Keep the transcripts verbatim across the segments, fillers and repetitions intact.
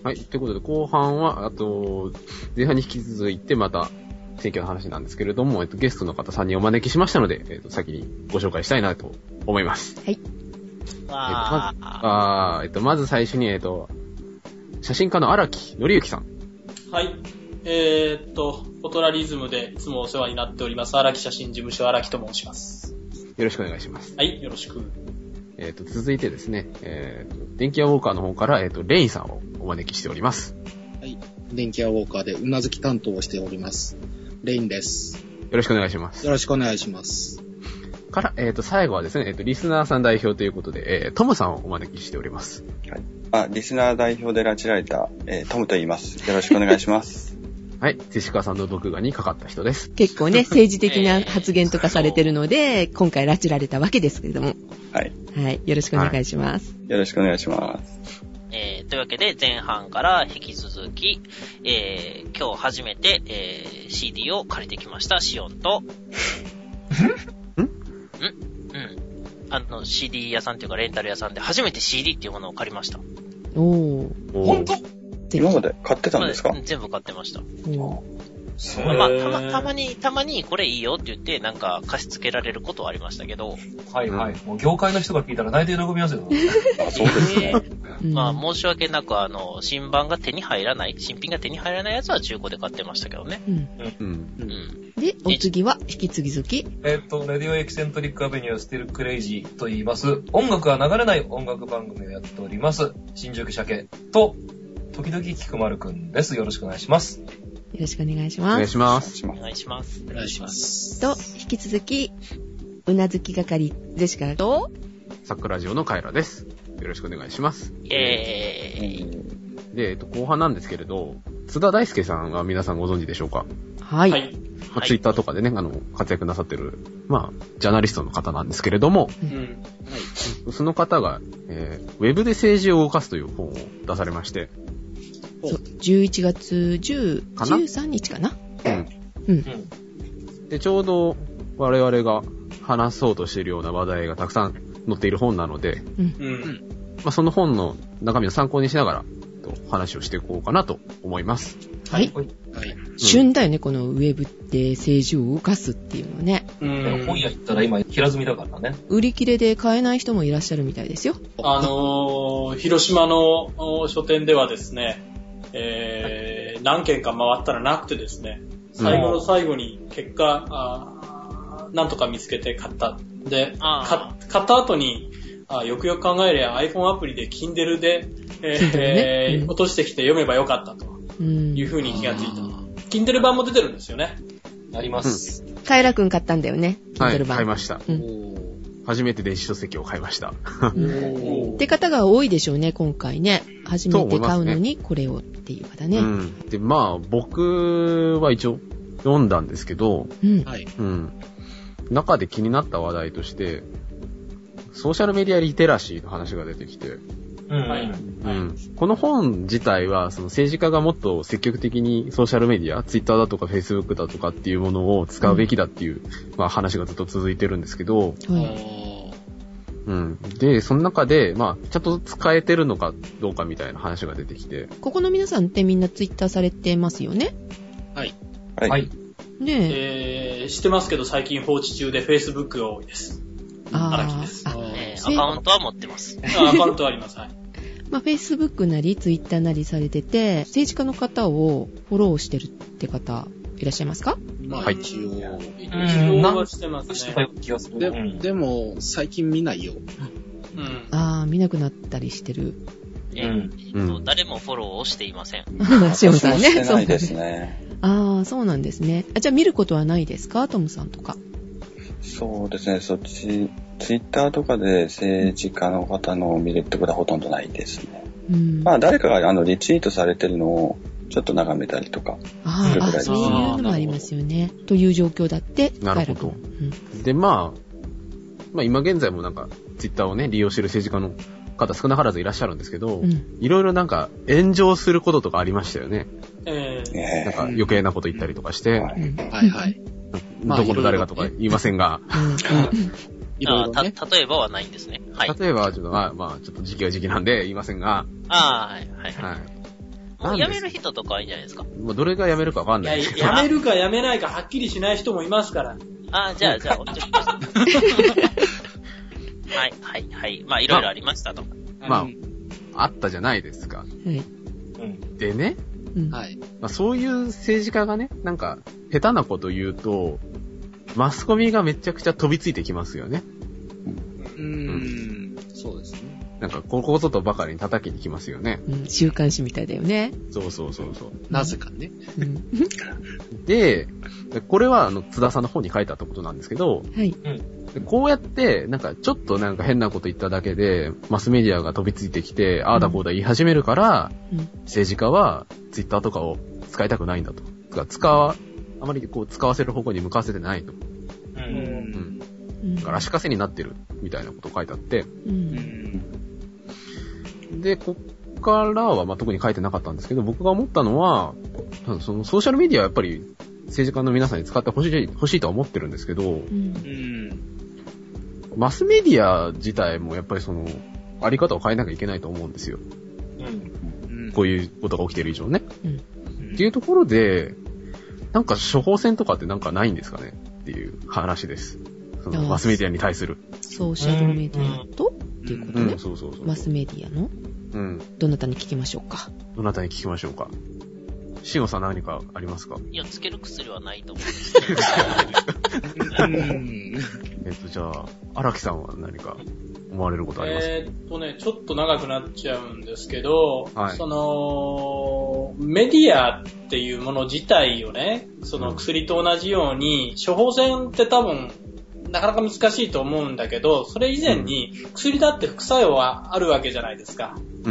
はい。ということで、後半は、あと、前半に引き続いてまた、選挙の話なんですけれども、えっと、ゲストの方さんにんお招きしましたので、えっと、先にご紹介したいなと思います。 はい。 えっと、まず、あえっと、まず最初に、えっと、写真家の荒木則之さん。 はい。えー、っと、フォトラリズムでいつもお世話になっております、荒木写真事務所荒木と申します。 よろしくお願いします。 はい、よろしく。 えっと、続いてですね、えー、電気屋ウォーカーの方から、えっと、レインさんをお招きしております。 はい。電気屋ウォーカーでうなずき担当をしております。レインです。 よろしくお願いします。 よろしくお願いします。 から、えっと、最後はですね、えっと、リスナーさん代表ということで、えー、トムさんをお招きしております。 はい。あ、リスナー代表で拉致られた、えー、トムと言います。よろしくお願いします。 はい。手鹿さんの毒牙にかかった人です。 結構ね、政治的な発言とかされてるので、えー、今回拉致られたわけですけれども。 はい。 はい。よろしくお願いします。はい、 よろしくお願いします。 えー、というわけで、前半から引き続き、えー、今日初めて、えー、シーディー を借りてきました、シオンと、んんうん。あの、シーディー 屋さんというか、レンタル屋さんで初めて シーディー っていうものを借りました。 おー。ほんと？今まで買ってたんですか？ 全部買ってました。 おまあまあ、たま、たまに、たまにこれいいよって言って、なんか貸し付けられることはありましたけど。 はいはい。うん、もう業界の人が聞いたら泣いて喜びますよ。 あ、そうですね。 まあ、申し訳なく、あの、新版が手に入らない、新品が手に入らないやつは中古で買ってましたけどね。 うん。 うん。 うん、で、お次は、引き継ぎ。 えっと、レディオエキセントリックアベニュースティルクレイジーと言います。音楽が流れない音楽番組をやっております。新宿鮭と、時々菊丸くんです。よろしくお願いします。 よろしくお願いします。 お願いします。 お願いします。 お願いします。 と、引き続き、うなずき係、ジェシカと、 サックラジオのカエラです。よろしくお願いします。 イェーイ。で、えっと、後半なんですけれど、津田大介さんは皆さんご存知でしょうか？ はい。 はい。 まあ、ツイッターとかでね、あの、活躍なさってる、まあ、ジャーナリストの方なんですけれども、 うん。はい。 その方が、えー、ウェブで政治を動かすという本を出されまして、 そう、じゅういちがつじゅうさんにちかな？ うん。 うん。 で、ちょうど我々が話そうとしているような話題がたくさん載っている本なので、 うん。 うん。 まあ、その本の中身を参考にしながら、と話をしていこうかなと思います。 はい。はい。旬だよね、このウェブで政治を動かすっていうのね。 うん。 本屋行ったら今平積みだからね。 売り切れで買えない人もいらっしゃるみたいですよ。 あのー、広島の書店ではですね、えー、何件か回ったらなくてですね、最後の最後に結果、あなんとか見つけて買った。で、買った後に、あよくよく考えれば iPhone アプリで Kindle で、えーねうん、落としてきて読めばよかったという風に気がついた。Kindle 版も出てるんですよね。 あります。 カエラくん買ったんだよね。 Kindle 版。 はい、 買いました。 うん初めて電子書籍を買いました。 って方が多いでしょうね、今回ね。初めて買うのにこれをっていう方ね。 うん、で、まあ、僕は一応読んだんですけど、 うん。 はい。 うん。中で気になった話題として、ソーシャルメディアリテラシーの話が出てきて、 うん。 はい。 うん、この本自体は、その政治家がもっと積極的にソーシャルメディア、ツイッターだとかフェイスブックだとかっていうものを使うべきだっていう、うん、まあ話がずっと続いてるんですけど、 はい。 うん。で、その中で、まあ、ちゃんと使えてるのかどうかみたいな話が出てきて。 ここの皆さんってみんなツイッターされてますよね？ はい。 はい。 はい、 ねえ。えー、してますけど最近放置中で Facebook が多いです。荒木です。 あ、えー、アカウントは持ってます。 あ、アカウントはあります。はい。 まあ、Facebook なり Twitter なりされてて、政治家の方をフォローしてるって方いらっしゃいますか？ まあ、 はい、 一応。 一応はしてますね。 したような気がする。 で、 うん、 でも、最近見ないよ。 うん。 ああ、見なくなったりしてる。 えーうん、誰もフォローをしていません。 シオンさんね。 してないですね。 ああ、そうなんですね。あ、じゃあ見ることはないですか？トムさんとか。 そうですね、そっち、ツイッターとかで政治家の方のを見るってことはほとんどないですね。 うん、 まあ誰かがあのリツイートされてるのをちょっと眺めたりとかするぐらいです。 ああ、そういうのもありますよね。という状況だって。 なるほど。うん、で、まあ、まあ今現在もなんかツイッターをね、利用してる政治家の方少なからずいらっしゃるんですけど、うん、いろいろなんか炎上することとかありましたよね。 えー、 なんか余計なこと言ったりとかして、 はい、 はいはい。 どこの誰かとか言いませんが、 いろいろね、あ、例えばはないんですね。はい。 例えばはちょっとまあまあちょっと時期は時期なんで言いませんが、 ああ、はいはいはい。 もう辞める人とかはいいんじゃないですか。 まあ、どれが辞めるかわかんないですけど。 いや、辞めるか辞めないかはっきりしない人もいますから。 ああ、じゃあ、じゃあ、置いときます。はい、はい、はい。まあ、いろいろありましたと。 まあ、あったじゃないですか。はい。でね、 うん、はい。 まあ、そういう政治家がね、なんか、下手なこと言うと、マスコミがめちゃくちゃ飛びついてきますよね。 うーん、うん、そうですね。 なんか、ここぞとばかりに叩きに来ますよね。 うん、週刊誌みたいだよね。 そうそうそうそう。 なぜかね。 うん、 で、これは、あの、津田さんの方に書いてあったことなんですけど、 はい。 こうやって、なんか、ちょっとなんか変なこと言っただけで、マスメディアが飛びついてきて、ああだこうだ言い始めるから、うん、政治家は、ツイッターとかを使いたくないんだと。か使わ、あまりこう、使わせる方向に向かせてないと。うん。うん。だから足かせになってる、みたいなこと書いてあって、うん。で、こっからは、まあ、特に書いてなかったんですけど、僕が思ったのは、そのソーシャルメディアはやっぱり政治家の皆さんに使ってほしい、欲しいとは思ってるんですけど、うん、マスメディア自体もやっぱりその、あり方を変えなきゃいけないと思うんですよ。うん、こういうことが起きてる以上ね。うん、っていうところで、なんか処方箋とかってなんかないんですかねっていう話です。そのマスメディアに対する。 ソーシャルメディアと、うんっていうことね、 うん、そうそうそう。 マスメディアの、うん、どなたに聞きましょうか。 どなたに聞きましょうか。しごさん何かありますか？ いや、つける薬はないと思うんですけど。 えっと、じゃあ、荒木さんは何か思われることありますか？ えーっとね、ちょっと長くなっちゃうんですけど、はい、その、メディアっていうもの自体をね、その薬と同じように、処方箋って多分、なかなか難しいと思うんだけど、それ以前に薬だって副作用はあるわけじゃないですか。うん。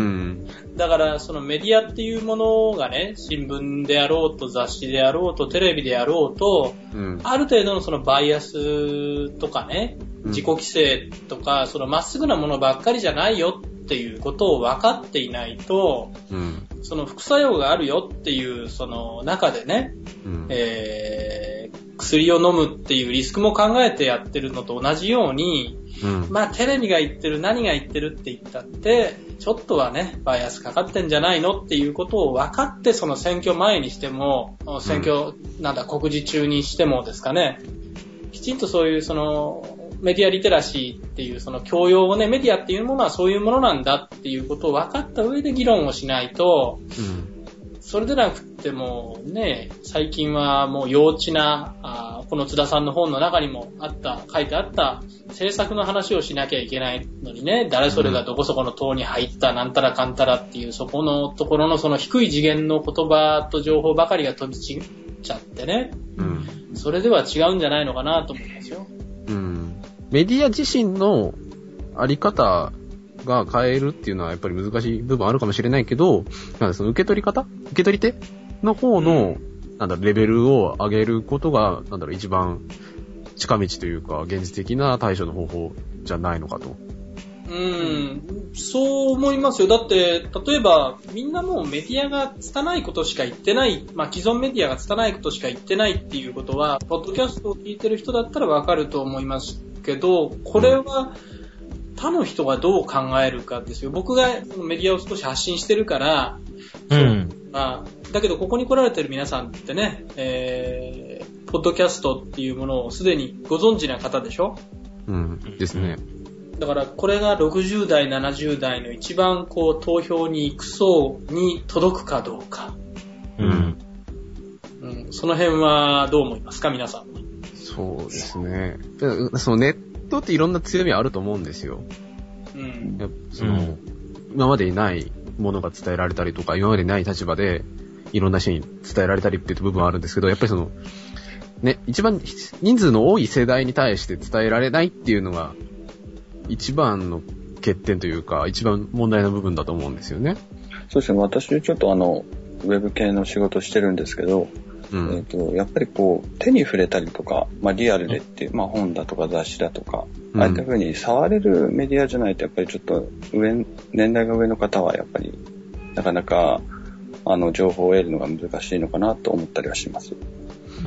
だからそのメディアっていうものがね、新聞であろうと雑誌であろうとテレビであろうと、うん、ある程度のそのバイアスとかね、自己規制とか、うん、そのまっすぐなものばっかりじゃないよっていうことを分かっていないと、うん、その副作用があるよっていうその中でね、うん、えー薬を飲むっていうリスクも考えてやってるのと同じように、うん、まあテレビが言ってる何が言ってるって言ったってちょっとはねバイアスかかってんじゃないのっていうことを分かってその選挙前にしても選挙、うん、なんだ告示中にしてもですかねきちんとそういうそのメディアリテラシーっていうその教養をねメディアっていうものはそういうものなんだっていうことを分かった上で議論をしないと、うんそれでなくってもね、最近はもう幼稚な、あこの津田さんの本の中にもあった、書いてあった政策の話をしなきゃいけないのにね、誰それがどこそこの党に入ったなんたらかんたらっていうそこのところのその低い次元の言葉と情報ばかりが飛び散っちゃってね、うん、それでは違うんじゃないのかなと思いますよ。 うん、メディア自身のあり方が変えるっていうのはやっぱり難しい部分あるかもしれないけど、なんかその受け取り方受け取り手の方の、うん、なんだろう、レベルを上げることが、なんだろう、一番近道というか、現実的な対処の方法じゃないのかと。 うーん、そう思いますよ。だって、例えば、みんなもうメディアが拙いことしか言ってない、まあ既存メディアが拙いことしか言ってないっていうことは、ポッドキャストを聞いてる人だったらわかると思いますけど、これは、他の人がどう考えるかですよ。僕がメディアを少し発信してるから、うん。まあ、だけどここに来られてる皆さんってね、えー、ポッドキャストっていうものをすでにご存知な方でしょ？ うん。ですね。 だからこれがろくじゅう代、ななじゅう代の一番こう投票に行く層に届くかどうか。うん。うん。その辺はどう思いますか、皆さんは。 そうですね。そのネットっていろんな強みはあると思うんですよ。うん。やっぱその、うん、今までにないものが伝えられたりとか、今までにない立場でいろんな人に伝えられたりっていう部分はあるんですけど、やっぱりその、ね、一番人数の多い世代に対して伝えられないっていうのが、一番の欠点というか、一番問題な部分だと思うんですよね。 そうですね。私ちょっとあの、ウェブ系の仕事してるんですけど、うん、えっと、やっぱりこう、手に触れたりとか、まあリアルでっていう、まあ本だとか雑誌だとか、うん、ああいった風に触れるメディアじゃないと、やっぱりちょっと上、年代が上の方はやっぱり、なかなか、あの、情報を得るのが難しいのかなと思ったりはします。 うん。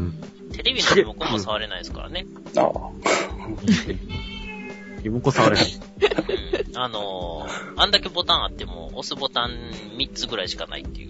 テレビのリモコンも触れないですからね。ああ。 リモコン触れない。 うん、あのー、あんだけボタンあっても、押すボタンみっつぐらいしかないっていう。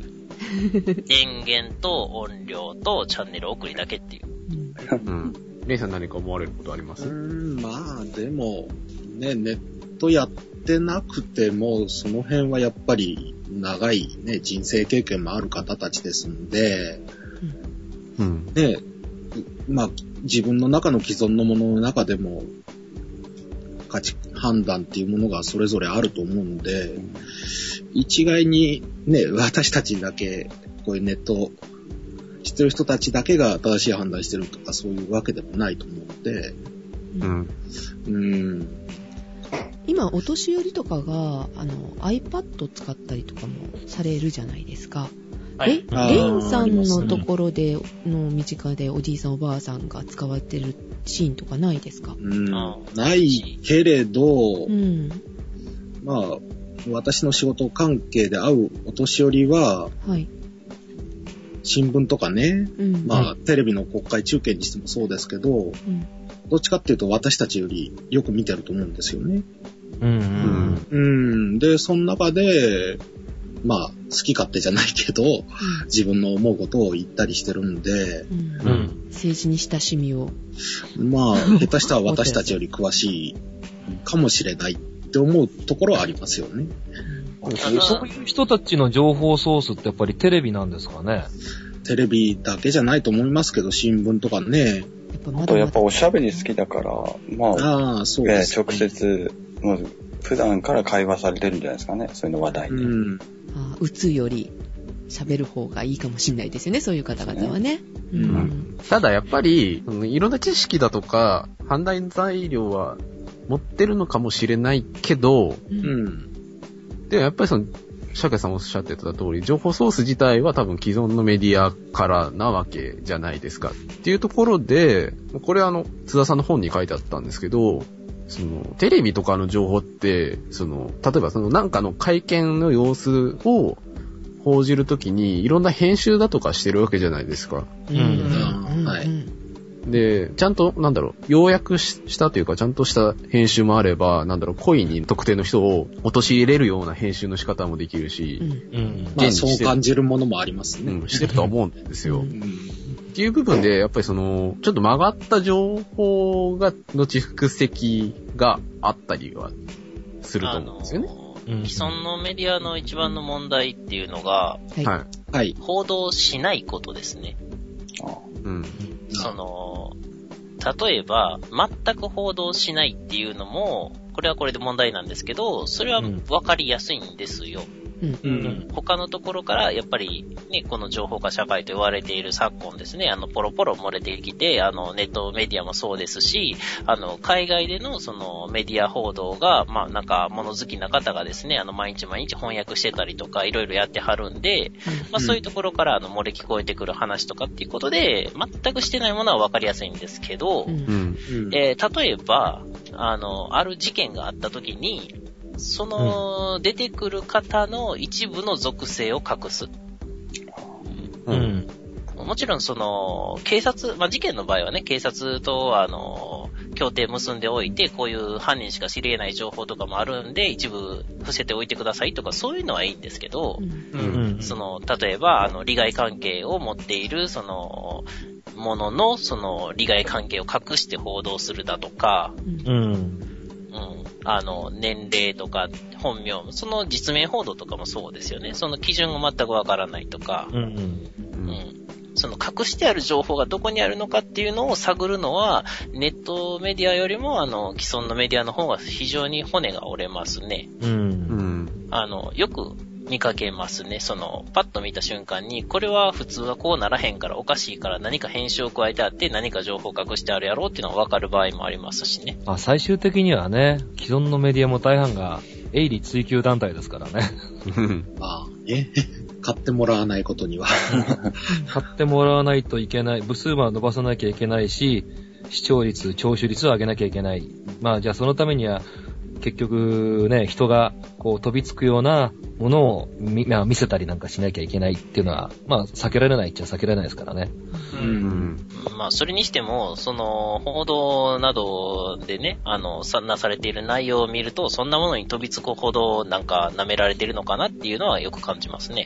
電源と音量とチャンネル送りだけっていう。 うん。レイさん何か思われることあります？ うーん、まあ、でも、ね、ネットやってなくても、その辺はやっぱり長いね、人生経験もある方たちですので、 うん。 ね、まあ、自分の中の既存のものの中でも、価値判断っていうものがそれぞれあると思うので、一概にね、私たちだけ、こういうネットを知ってる人たちだけが正しい判断してるとかそういうわけでもないと思うので、 うん。 うん。 今、お年寄りとかが、あの、iPad 使ったりとかもされるじゃないですか。 はい。 え、レインさんのところで、の身近でおじいさんおばあさんが使われてるシーンとかないですか？ うん、ないけれど、 うん、 まあ、私の仕事関係で会うお年寄りは、 はい、 新聞とかね、 うん、 まあ、テレビの国会中継にしてもそうですけど、うん、どっちかっていうと私たちよりよく見てると思うんですよね。 うんうんうん、で、その中で、まあ、好き勝手じゃないけど、うん、自分の思うことを言ったりしてるんで、 うんうん、政治に親しみを。 まあ、下手したら私たちより詳しいかもしれないって思うところはありますよね。 そういう人たちの情報ソースってやっぱりテレビなんですかね？ テレビだけじゃないと思いますけど、新聞とかね。 あとやっぱおしゃべり好きだから、まあ、 あそうですね、 直接、まあ、普段から会話されてるんじゃないですかね、そういうの話題に。うん、 あ打つより喋る方がいいかもしれないですよね、そういう方々はね。うんうん、 ただやっぱり、いろんな知識だとか、判断材料は持ってるのかもしれないけど、 うん、 でもやっぱりその、シャケさんおっしゃってた通り、情報ソース自体は多分既存のメディアからなわけじゃないですか。っていうところで、これあの、津田さんの本に書いてあったんですけど、その、テレビとかの情報って、その、例えばそのなんかの会見の様子を報じるときに、いろんな編集だとかしてるわけじゃないですか。 うん。うん、はい。 で、ちゃんと、なんだろう、要約したというか、ちゃんとした編集もあれば、なんだろう、故意に特定の人を陥れるような編集の仕方もできるし、うんうん、まあそう感じるものもありますね。 うん、してるとは思うんですよ。うん、っていう部分で、やっぱりその、ちょっと曲がった情報が、の蓄積があったりはすると思うんですよね。 あのー、既存のメディアの一番の問題っていうのが、 はい。 はい。 報道しないことですね。 うん。 その、例えば、全く報道しないっていうのも、これはこれで問題なんですけど、それは分かりやすいんですよ。うんうん、他のところからやっぱりね、この情報化社会と言われている昨今ですね、あのポロポロ漏れてきて、あのネットメディアもそうですし、あの海外でのそのメディア報道がまあなんか物好きな方がですね、あの毎日毎日翻訳してたりとかいろいろやってはるんで、まあそういうところからあの漏れ聞こえてくる話とかっていうことで全くしてないものは分かりやすいんですけど、うんえー、例えばあのある事件があった時に。その、うん、出てくる方の一部の属性を隠す。うん。もちろんその、警察、まあ、事件の場合はね、警察とあの、協定結んでおいて、こういう犯人しか知り得ない情報とかもあるんで、一部伏せておいてくださいとか、そういうのはいいんですけど、うん、その、例えば、あの、利害関係を持っている、その、ものの、その、利害関係を隠して報道するだとか、うんうん、あの、年齢とか、本名、その実名報道とかもそうですよね。その基準が全くわからないとか、うんうんうん、その隠してある情報がどこにあるのかっていうのを探るのは、ネットメディアよりも、あの、既存のメディアの方が非常に骨が折れますね。うん、あの、よく見かけますね。その、パッと見た瞬間に、これは普通はこうならへんからおかしいから何か編集を加えてあって何か情報を隠してあるやろうっていうのがわかる場合もありますしね。 あ、最終的にはね、既存のメディアも大半が営利追求団体ですからね。 まあね、買ってもらわないことには。 買ってもらわないといけない、部数は伸ばさなきゃいけないし、視聴率、聴取率を上げなきゃいけない。まあじゃあそのためには、結局ね、人がこう飛びつくようなものを 見,、まあ、見せたりなんかしなきゃいけないっていうのは、まあ避けられないっちゃ避けられないですからね。 うん。うん、まあそれにしても、その報道などでね、あの、なされている内容を見ると、そんなものに飛びつくほどなんか舐められているのかなっていうのはよく感じますね。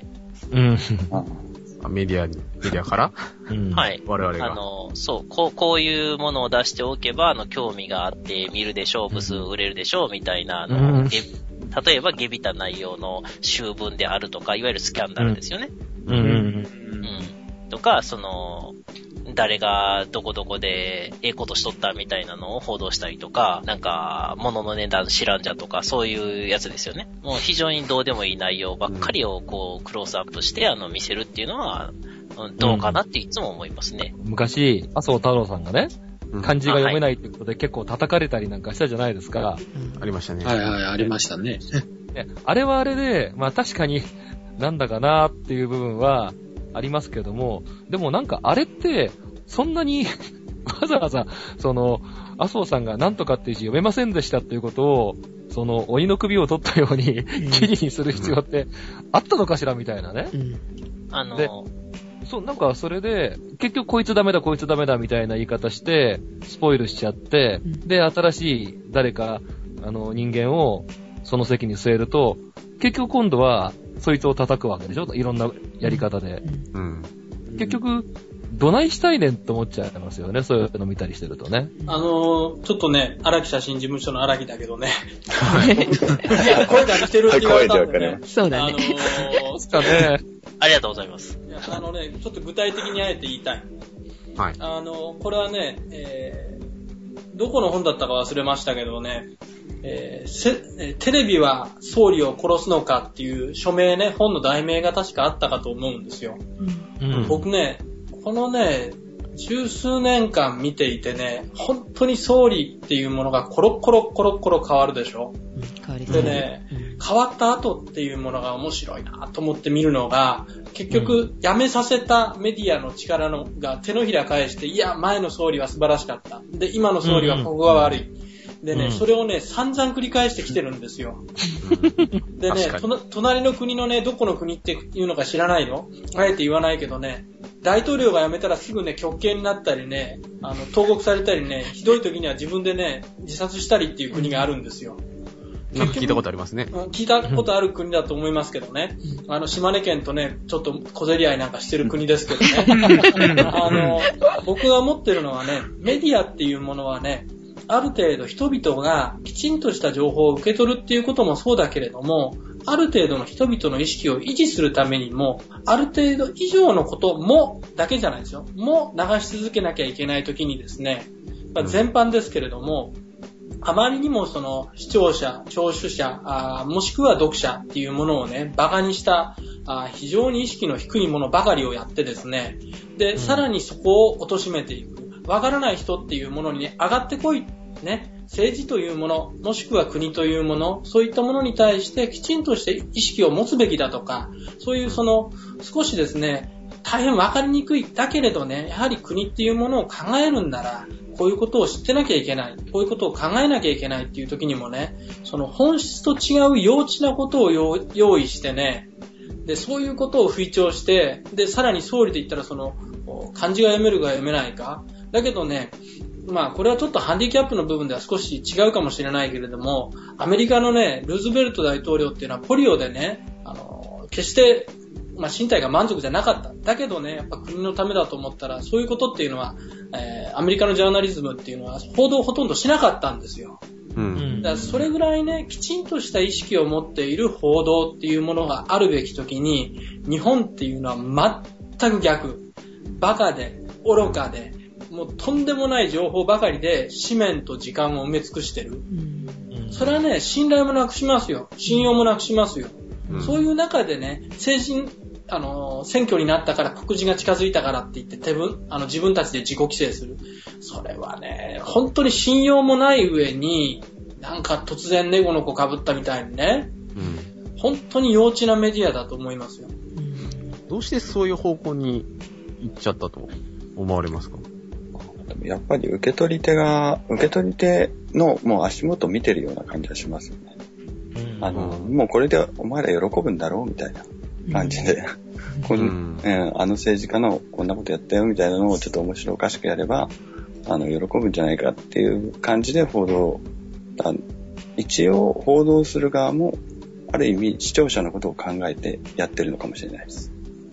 うん。 メディアに、メディアから、 うん、はい。 我々が。 あの、そう、こう、こういうものを出しておけば、あの、興味があって見るでしょう、部数売れるでしょう、みたいな、あの、うん、例えば、下びた内容の修文であるとか、いわゆるスキャンダルですよね。 うん。うん。 うん。とか、その、誰がどこどこでええことしとったみたいなのを報道したりとか、なんか、物の値段知らんじゃとか、そういうやつですよね。もう非常にどうでもいい内容ばっかりをこう、クローズアップして、あの、見せるっていうのは、どうかなっていつも思いますね。 うん、昔、麻生太郎さんがね、漢字が読めないってことで結構叩かれたりなんかしたじゃないですか。 ありましたね。 はいはい、ありましたね。 あれはあれで、まあ確かになんだかなっていう部分はありますけども、でもなんかあれって、そんなにわざわざ、その、麻生さんが何とかっていう字読めませんでしたっていうことを、その、鬼の首を取ったように記事にする必要ってあったのかしらみたいなね。 うん、あのー、 で、そう、なんかそれで、結局こいつダメだこいつダメだみたいな言い方して、スポイルしちゃって、うん、で、新しい誰か、あの、人間をその席に据えると、結局今度は、そいつを叩くわけでしょ、いろんなやり方で。 うん、 結局、どないしたいねんって思っちゃいますよね。そういうの見たりしてるとね。 あのー、ちょっとね、荒木写真事務所の荒木だけどね。いや、声出してるって言われたんでね。 そうだね。 あのー、 ですかね。 ありがとうございます。 いや、あのね、ちょっと具体的にあえて言いたい。 はい。 あのー、これはね、えー、どこの本だったか忘れましたけどね、えー、テレビは総理を殺すのかっていう署名ね、本の題名が確かあったかと思うんですよ。 うん、 僕ね、このね、十数年間見ていてね、本当に総理っていうものがコロコロコロコロ変わるでしょ。 うん、変わりでね、うん、変わった後っていうものが面白いなと思って見るのが、結局、辞めさせたメディアの力のが手のひら返して、いや、前の総理は素晴らしかった。で、今の総理はここが悪い。うんでね、うん、それをね、散々繰り返してきてるんですよ。でね、隣の国のね、どこの国っていうのか知らないの？あえて言わないけどね、大統領が辞めたらすぐね、極刑になったりね、あの、投獄されたりね、ひどい時には自分でね、自殺したりっていう国があるんですよ。 なんか聞いたことありますね。 聞いたことある国だと思いますけどね。あの、島根県とね、ちょっと小競り合いなんかしてる国ですけどね。あの、僕が思ってるのはね、メディアっていうものはね、ある程度人々がきちんとした情報を受け取るっていうこともそうだけれども、ある程度の人々の意識を維持するためにも、ある程度以上のことも、だけじゃないですよ。も流し続けなきゃいけないときにですね、まあ、全般ですけれども、あまりにもその視聴者、聴取者、あもしくは読者っていうものをね、馬鹿にしたあ非常に意識の低いものばかりをやってですね、で、うん、さらにそこを貶めていく。わからない人っていうものにね、上がってこい。ね、政治というもの、もしくは国というもの、そういったものに対してきちんとして意識を持つべきだとか、そういうその、少しですね、大変わかりにくい。だけれどね、やはり国っていうものを考えるんなら、こういうことを知ってなきゃいけない。こういうことを考えなきゃいけないっていう時にもね、その本質と違う幼稚なことを用意してね、で、そういうことを吹聴して、で、さらに総理で言ったらその、漢字が読めるか読めないか。だけどね、まあこれはちょっとハンディキャップの部分では少し違うかもしれないけれども、アメリカのね、ルーズベルト大統領っていうのはポリオでね、あの、決して、まあ身体が満足じゃなかった。だけどね、やっぱ国のためだと思ったら、そういうことっていうのは、えー、アメリカのジャーナリズムっていうのは報道をほとんどしなかったんですよ。うん、だからそれぐらいね、きちんとした意識を持っている報道っていうものがあるべき時に、日本っていうのは全く逆。バカで、愚かで、もうとんでもない情報ばかりで紙面と時間を埋め尽くしてる。うん、それはね、信頼もなくしますよ。信用もなくしますよ。うん、そういう中でね、政治、あの、選挙になったから告示が近づいたからって言って手分、あの自分たちで自己規制する。それはね、本当に信用もない上に、なんか突然猫の子被ったみたいにね、うん、本当に幼稚なメディアだと思いますよ。 どうしてそういう方向に行っちゃったと思われますか？ やっぱり受け取り手が、受け取り手のもう足元を見てるような感じがしますよね。うん、あの、もうこれでお前ら喜ぶんだろうみたいな感じで、うんこんうんえー、あの政治家のこんなことやったよみたいなのをちょっと面白おかしくやれば、あの、喜ぶんじゃないかっていう感じで報道、一応報道する側も、ある意味視聴者のことを考えてやってるのかもしれないです。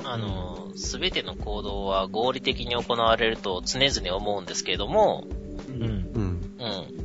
あの、すべての行動は合理的に行われると常々思うんですけれども、 うん。うん。 うん。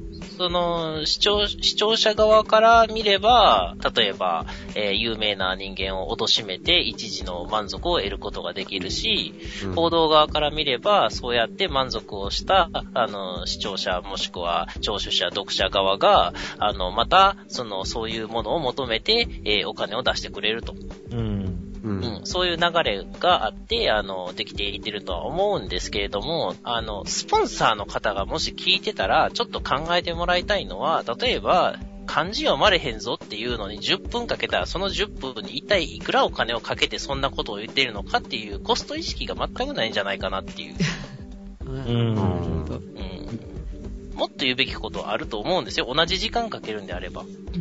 その、視聴、視聴者側から見れば、例えば、えー、有名な人間を貶めて一時の満足を得ることができるし、うん、報道側から見れば、そうやって満足をした、あの、視聴者もしくは聴取者、読者側が、あの、また、その、そういうものを求めて、えー、お金を出してくれると。うんうん、そういう流れがあって、あの、できていってるとは思うんですけれども、あの、スポンサーの方がもし聞いてたら、ちょっと考えてもらいたいのは、例えば、漢字読まれへんぞっていうのにじゅっぷんかけたら、そのじゅっぷんに一体いくらお金をかけてそんなことを言っているのかっていうコスト意識が全くないんじゃないかなっていう。うんうん、もっと言うべきことはあると思うんですよ。同じ時間かけるんであれば。うん、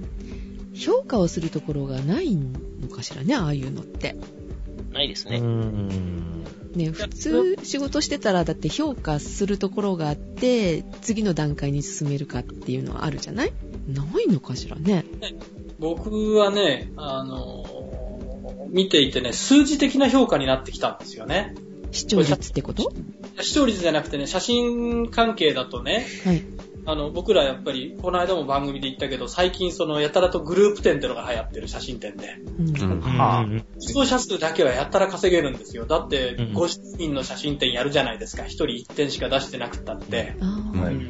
評価をするところがないのかしらね、ああいうのって。 ないですね。 うーんね、普通仕事してたらだって評価するところがあって次の段階に進めるかっていうのはあるじゃない？ないのかしらね。 僕はね、あのー、見ていてね、数字的な評価になってきたんですよね。 視聴率ってこと？ 視聴率じゃなくてね、写真関係だとね、はい、あの、僕らやっぱり、この間も番組で言ったけど、最近その、やたらとグループ展ってのが流行ってる写真展で。うん。はぁ。視聴者数だけはやったら稼げるんですよ。だって、ごじゅうにんの写真展やるじゃないですか。ひとりいってんしか出してなくったって。うん。はい。うん。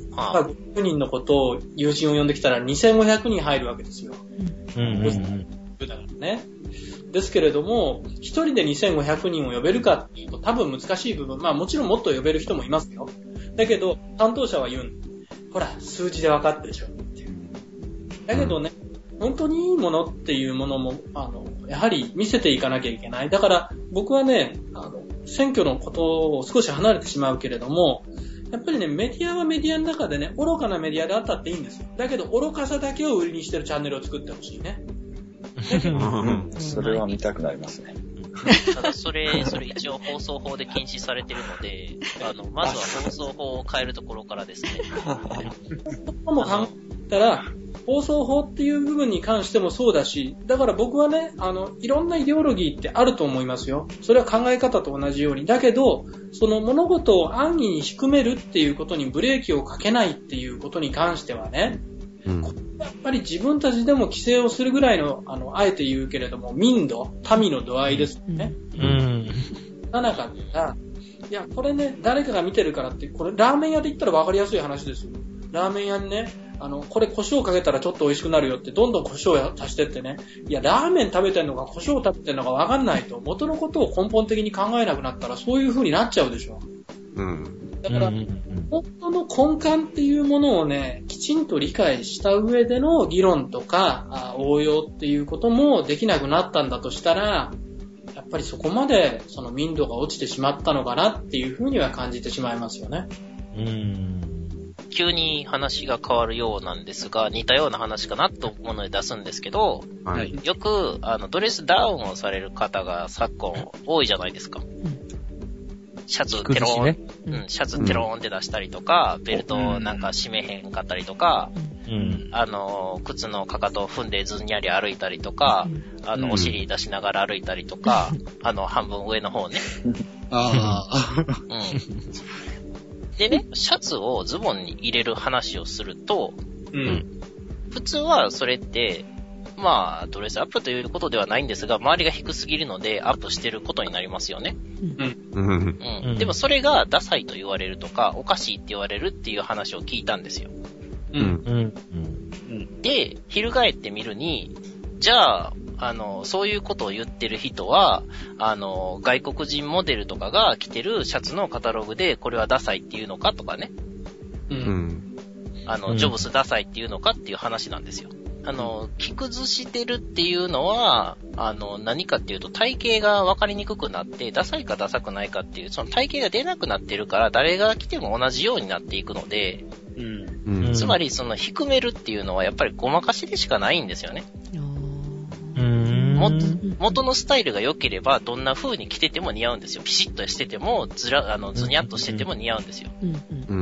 まあ、ごじゅうにんのことを、友人を呼んできたらにせんごひゃくにん入るわけですよ。うん。うん。だからね。ですけれども、一人でにせんごひゃくにんを呼べるかっていうと多分難しい部分、まあもちろんもっと呼べる人もいますよ。だけど、担当者は言うんだ。ほら、数字で分かってるでしょっていう。だけどね、うん、本当にいいものっていうものも、あの、やはり見せていかなきゃいけない。だから僕はね、あの、選挙のことを少し離れてしまうけれども、やっぱりね、メディアはメディアの中でね、愚かなメディアであったっていいんですよ。だけど、愚かさだけを売りにしてるチャンネルを作ってほしいね。 それは見たくなりますね。 ただそれ、それ一応放送法で禁止されてるので、あの、まずは放送法を変えるところからですね。 も考えたら、放送法っていう部分に関してもそうだし、だから僕はね、あの、いろんなイデオロギーってあると思いますよ。それは考え方と同じように。だけど、その物事を安易に仕組めるっていうことにブレーキをかけないっていうことに関してはね、うん、やっぱり自分たちでも規制をするぐらいの、あの、あえて言うけれども、民度、民の度合いですよね。うん。ななかったら、いや、これね、誰かが見てるからって、これラーメン屋で言ったら分かりやすい話ですよ。ラーメン屋にね、あの、これ胡椒かけたらちょっと美味しくなるよって、どんどん胡椒を足してってね、いや、ラーメン食べてんのか胡椒を食べてんのか分かんないと、元のことを根本的に考えなくなったら、そういう風になっちゃうでしょ。うん。だから、本当の根幹っていうものをね、きちんと理解した上での議論とか、応用っていうこともできなくなったんだとしたら、やっぱりそこまでその民度が落ちてしまったのかなっていうふうには感じてしまいますよね。 うーん。急に話が変わるようなんですが、似たような話かなと思うので出すんですけど、はい、よくあのドレスダウンをされる方が昨今多いじゃないですか。うんシャツテローン、ねうん、シャツテローンって出したりとか、うん、ベルトなんか締めへんかったりとか、うん、あの、靴のかかとを踏んでずんにゃり歩いたりとか、うん、あの、お尻出しながら歩いたりとか、うん、あの、半分上の方ね。ああ。うん。でね、シャツをズボンに入れる話をすると、うん、普通はそれって、まあ、ドレスアップということではないんですが、周りが低すぎるのでアップしてることになりますよね。うん。うん。でもそれがダサいと言われるとか、おかしいって言われるっていう話を聞いたんですよ。うん。うん。で、翻ってみるに、じゃあ、あの、そういうことを言ってる人は、あの、外国人モデルとかが着てるシャツのカタログで、これはダサいっていうのかとかね。うん。あの、ジョブスダサいっていうのかっていう話なんですよ。あの、着崩してるっていうのは、あの、何かっていうと体型が分かりにくくなって、ダサいかダサくないかっていう、その体型が出なくなってるから、誰が着ても同じようになっていくので、うんうん、つまりその低めるっていうのはやっぱりごまかしでしかないんですよね。うんも元のスタイルが良ければ、どんな風に着てても似合うんですよ。ピシッとしてても、ずら、あの、ズニャッとしてても似合うんですよ。うんうん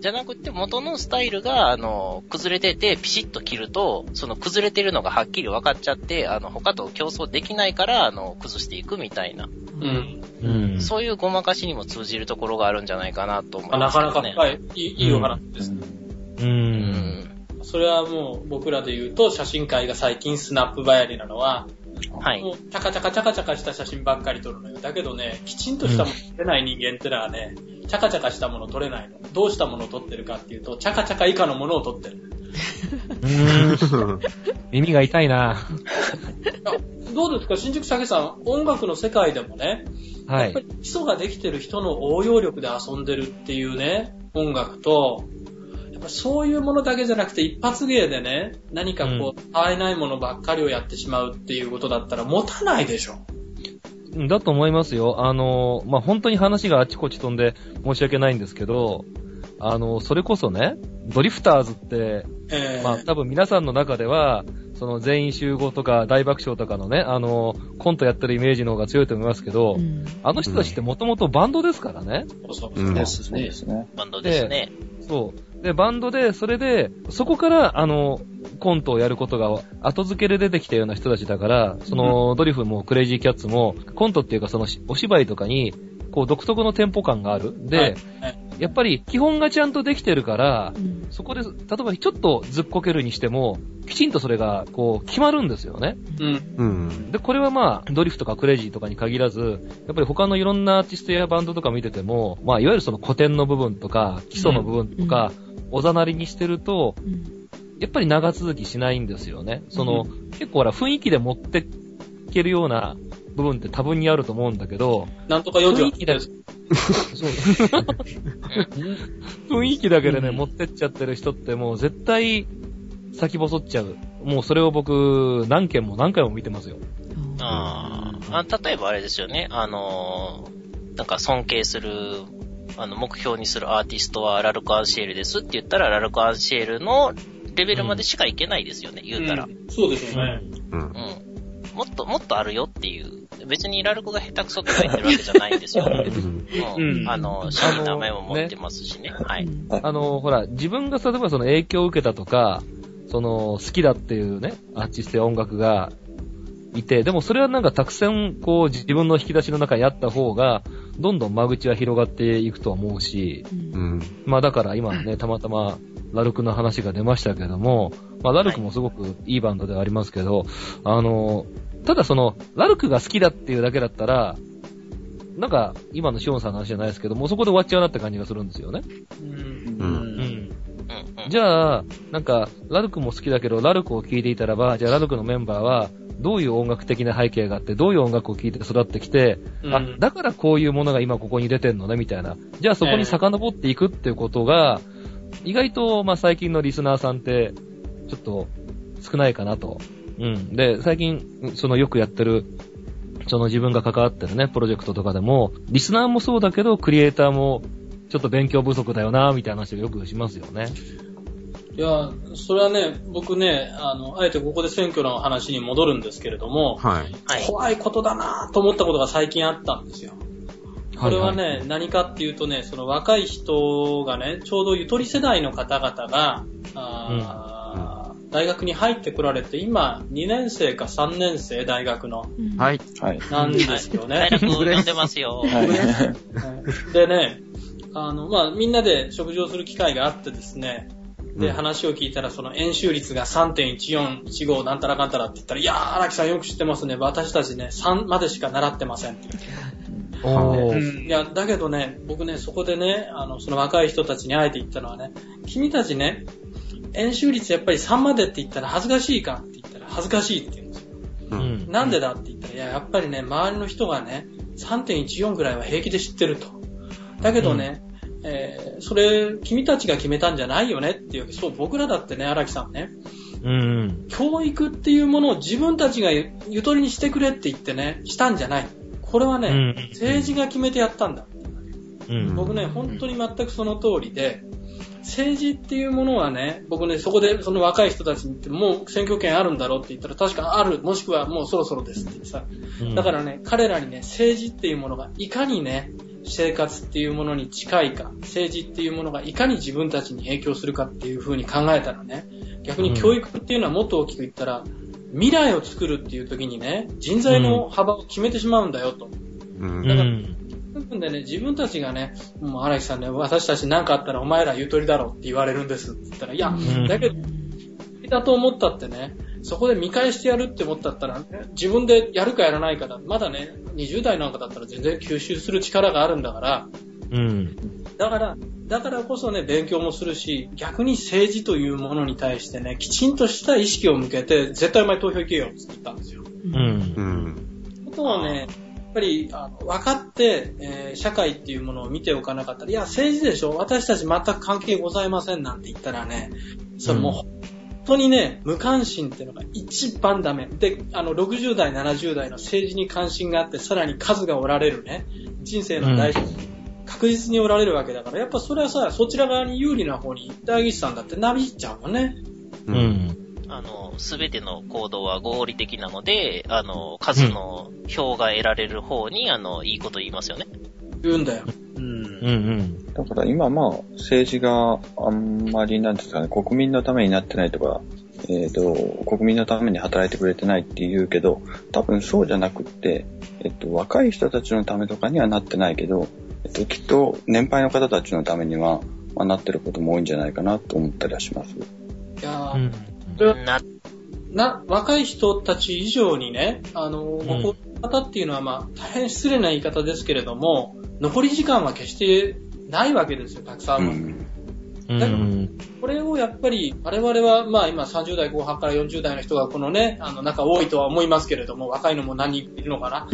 じゃなくて元のスタイルが、あの、崩れててピシッと切ると、その崩れてるのがはっきり分かっちゃって、あの、他と競争できないから、あの、崩していくみたいな。 うん。 うん。 そういうごまかしにも通じるところがあるんじゃないかなと思いますね。 なかなか深い、いい、いいお話ですね。 うん。うんそれはもう僕らで言うと、写真界が最近スナップ流行りなのは、 はい。 もう、チャカチャカチャカチャカした写真ばっかり撮るのよ。だけどね、きちんとしたもの撮れない人間ってのはね、うん、チャカチャカしたもの撮れないの。どうしたものを撮ってるかっていうと、チャカチャカ以下のものを撮ってる。 うーん。耳が痛いな。 どうですか、新宿鮭さん、音楽の世界でもね、 はい。 やっぱり基礎ができてる人の応用力で遊んでるっていうね、音楽と、そういうものだけじゃなくて一発芸でね、何かこう、合えないものばっかりをやってしまうっていうことだったら持たないでしょ。 だと思いますよ。あの、まあ、本当に話があちこち飛んで申し訳ないんですけど、あの、それこそね、ドリフターズって、えー、まあ、多分皆さんの中では、その全員集合とか大爆笑とかのね、あの、コントやってるイメージの方が強いと思いますけど、うん、あの人たちってもともとバンドですからね。 そうそうですね。 バンドですね。 そう。で、バンドで、それで、そこから、あの、コントをやることが後付けで出てきたような人たちだから、その、うん、ドリフもクレイジーキャッツも、コントっていうかその、お芝居とかに、こう、独特のテンポ感がある。で、はいはい、やっぱり、基本がちゃんとできてるから、うん、そこで、例えばちょっとずっこけるにしても、きちんとそれが、こう、決まるんですよね。うん。で、これはまあ、ドリフとかクレイジーとかに限らず、やっぱり他のいろんなアーティストやバンドとか見てても、まあ、いわゆるその古典の部分とか、基礎の部分とか、うんうんおざなりにしてると、うん、やっぱり長続きしないんですよね。その、うん、結構ほら、雰囲気で持っていけるような部分って多分にあると思うんだけど、 なんとかよんじゅうはちで、そう雰囲気だけでね、うん、持ってっちゃってる人ってもう絶対先細っちゃう。もうそれを僕、何件も何回も見てますよ。 ああ、例えばあれですよね、あのー、なんか尊敬する、あの、目標にするアーティストはラルク・アンシエルですって言ったら、ラルク・アンシエルのレベルまでしかいけないですよね、うん、言うたら、うん。 そうですよね。 うん。うん。もっと、もっとあるよっていう。別にラルクが下手くそって書いてるわけじゃないんですよ。うん。うん、あの、社の名前も持ってますしね。ねはい。 あの、ほら、自分が例えばその影響を受けたとか、その、好きだっていうね、アーティストや音楽がいて、でもそれはなんかたくさん、こう、自分の引き出しの中にあった方が、どんどん間口は広がっていくと思うし、うん、まあだから今ね、たまたまラルクの話が出ましたけども、まあラルクもすごくいいバンドではありますけど、はい、あの、ただその、ラルクが好きだっていうだけだったら、なんか今のシオンさんの話じゃないですけども、そこで終わっちゃうなって感じがするんですよね。うん。うん。じゃあ、なんか、ラルクも好きだけど、ラルクを聴いていたらば、じゃあラルクのメンバーは、どういう音楽的な背景があって、どういう音楽を聴いて育ってきて、うん、あ、だからこういうものが今ここに出てんのね、みたいな。じゃあそこに遡っていくっていうことが、意外と、まあ最近のリスナーさんって、ちょっと少ないかなと。うん。で、最近、そのよくやってる、その自分が関わってるね、プロジェクトとかでも、リスナーもそうだけど、クリエイターも、ちょっと勉強不足だよな、みたいな話をよくしますよね。 いや、それはね、僕ね、あの、あえてここで選挙の話に戻るんですけれども、はい、怖いことだなと思ったことが最近あったんですよ。これはね、はいはい、何かっていうとね、その若い人がね、ちょうどゆとり世代の方々が、あうん、大学に入ってこられて、今、にねん生かさんねん生、大学の。 はい。 なんですよね。 大学を読んでますよ。 はい、でね、あの、まあ、みんなで食事をする機会があってですね、で、話を聞いたら、その演習率が さんてんいちよんいちご なんたらかんたらって言ったら、いやー、荒木さんよく知ってますね。私たちね、さんまでしか習ってませんって言って。おー。いや、だけどね、僕ね、そこでね、あの、その若い人たちにあえて言ったのはね、君たちね、演習率やっぱりさんまでって言ったら恥ずかしいかって言ったら恥ずかしいって言うんですよ。うん。なんでだって言ったら、いや、やっぱりね、周りの人がね、さんてんいちよん ぐらいは平気で知ってると。だけどね、うんえー、それ、君たちが決めたんじゃないよねっていうわけ。そう、僕らだってね、荒木さんね。うん。教育っていうものを自分たちがゆとりにしてくれって言ってね、したんじゃない。これはね、うん、政治が決めてやったんだ。うん、僕ね、本当に全くその通りで、政治っていうものはね、僕ね、そこでその若い人たちに言って、もう選挙権あるんだろうって言ったら、確かある、もしくはもうそろそろですって言ってさ。うん、だからね、彼らにね、政治っていうものがいかにね、 生活っていうものに近いか、政治っていうものがいかに自分たちに影響するかっていう風に考えたらね、逆に教育っていうのはもっと大きく言ったら、未来を作るっていう時にね、人材の幅を決めてしまうんだよと。うん、だから、うん、でね、自分たちがね、もう荒木さんね、私たち何かあったらお前らゆとりだろって言われるんですって言ったら、いや、うん、だけど、だと思ったってね、そこで見返してやるって思ったったら、ね、自分でやるかやらないかだ。まだね、にじゅう代なんかだったら全然吸収する力があるんだから、うん。だから、だからこそね、勉強もするし、逆に政治というものに対してね、きちんとした意識を向けて、絶対お前投票行けよって言ったんですよ。うん。うん。ことはね、やっぱり、あの、分かって、えー、社会っていうものを見ておかなかったら、いや、政治でしょ、私たち全く関係ございませんなんて言ったらね、それもう、うん本当にね、無関心っていうのが一番ダメ。で、あの、ろくじゅう代、ななじゅう代の政治に関心があって、さらに数がおられるね、人生の大事、うん、確実におられるわけだから、やっぱそれはさ、そちら側に有利な方に、大岸さんだってなびっちゃうもんね。 うん。あの、すべての行動は合理的なので、あの、数の票が得られる方に、あの、いいこと言いますよね。 言うんだよ。 うん。うんうん。だから今まあ、政治があんまりなんですかね、国民のためになってないとか、えっと、国民のために働いてくれてないって言うけど、多分そうじゃなくって、えっと、若い人たちのためとかにはなってないけど、えっと、きっと年配の方たちのためには、まあ、なってることも多いんじゃないかなと思ったりはします。いやー、うん、な、な、若い人たち以上にね、あの、うん、こういう方っていうのはまあ、大変失礼な言い方ですけれども、残り時間は決してないわけですよ、たくさんは。うん、だからこれをやっぱり我々はまあ今さんじゅう代後半からよんじゅう代の人がこのね、あの中多いとは思いますけれども、若いのも何人いるのかな。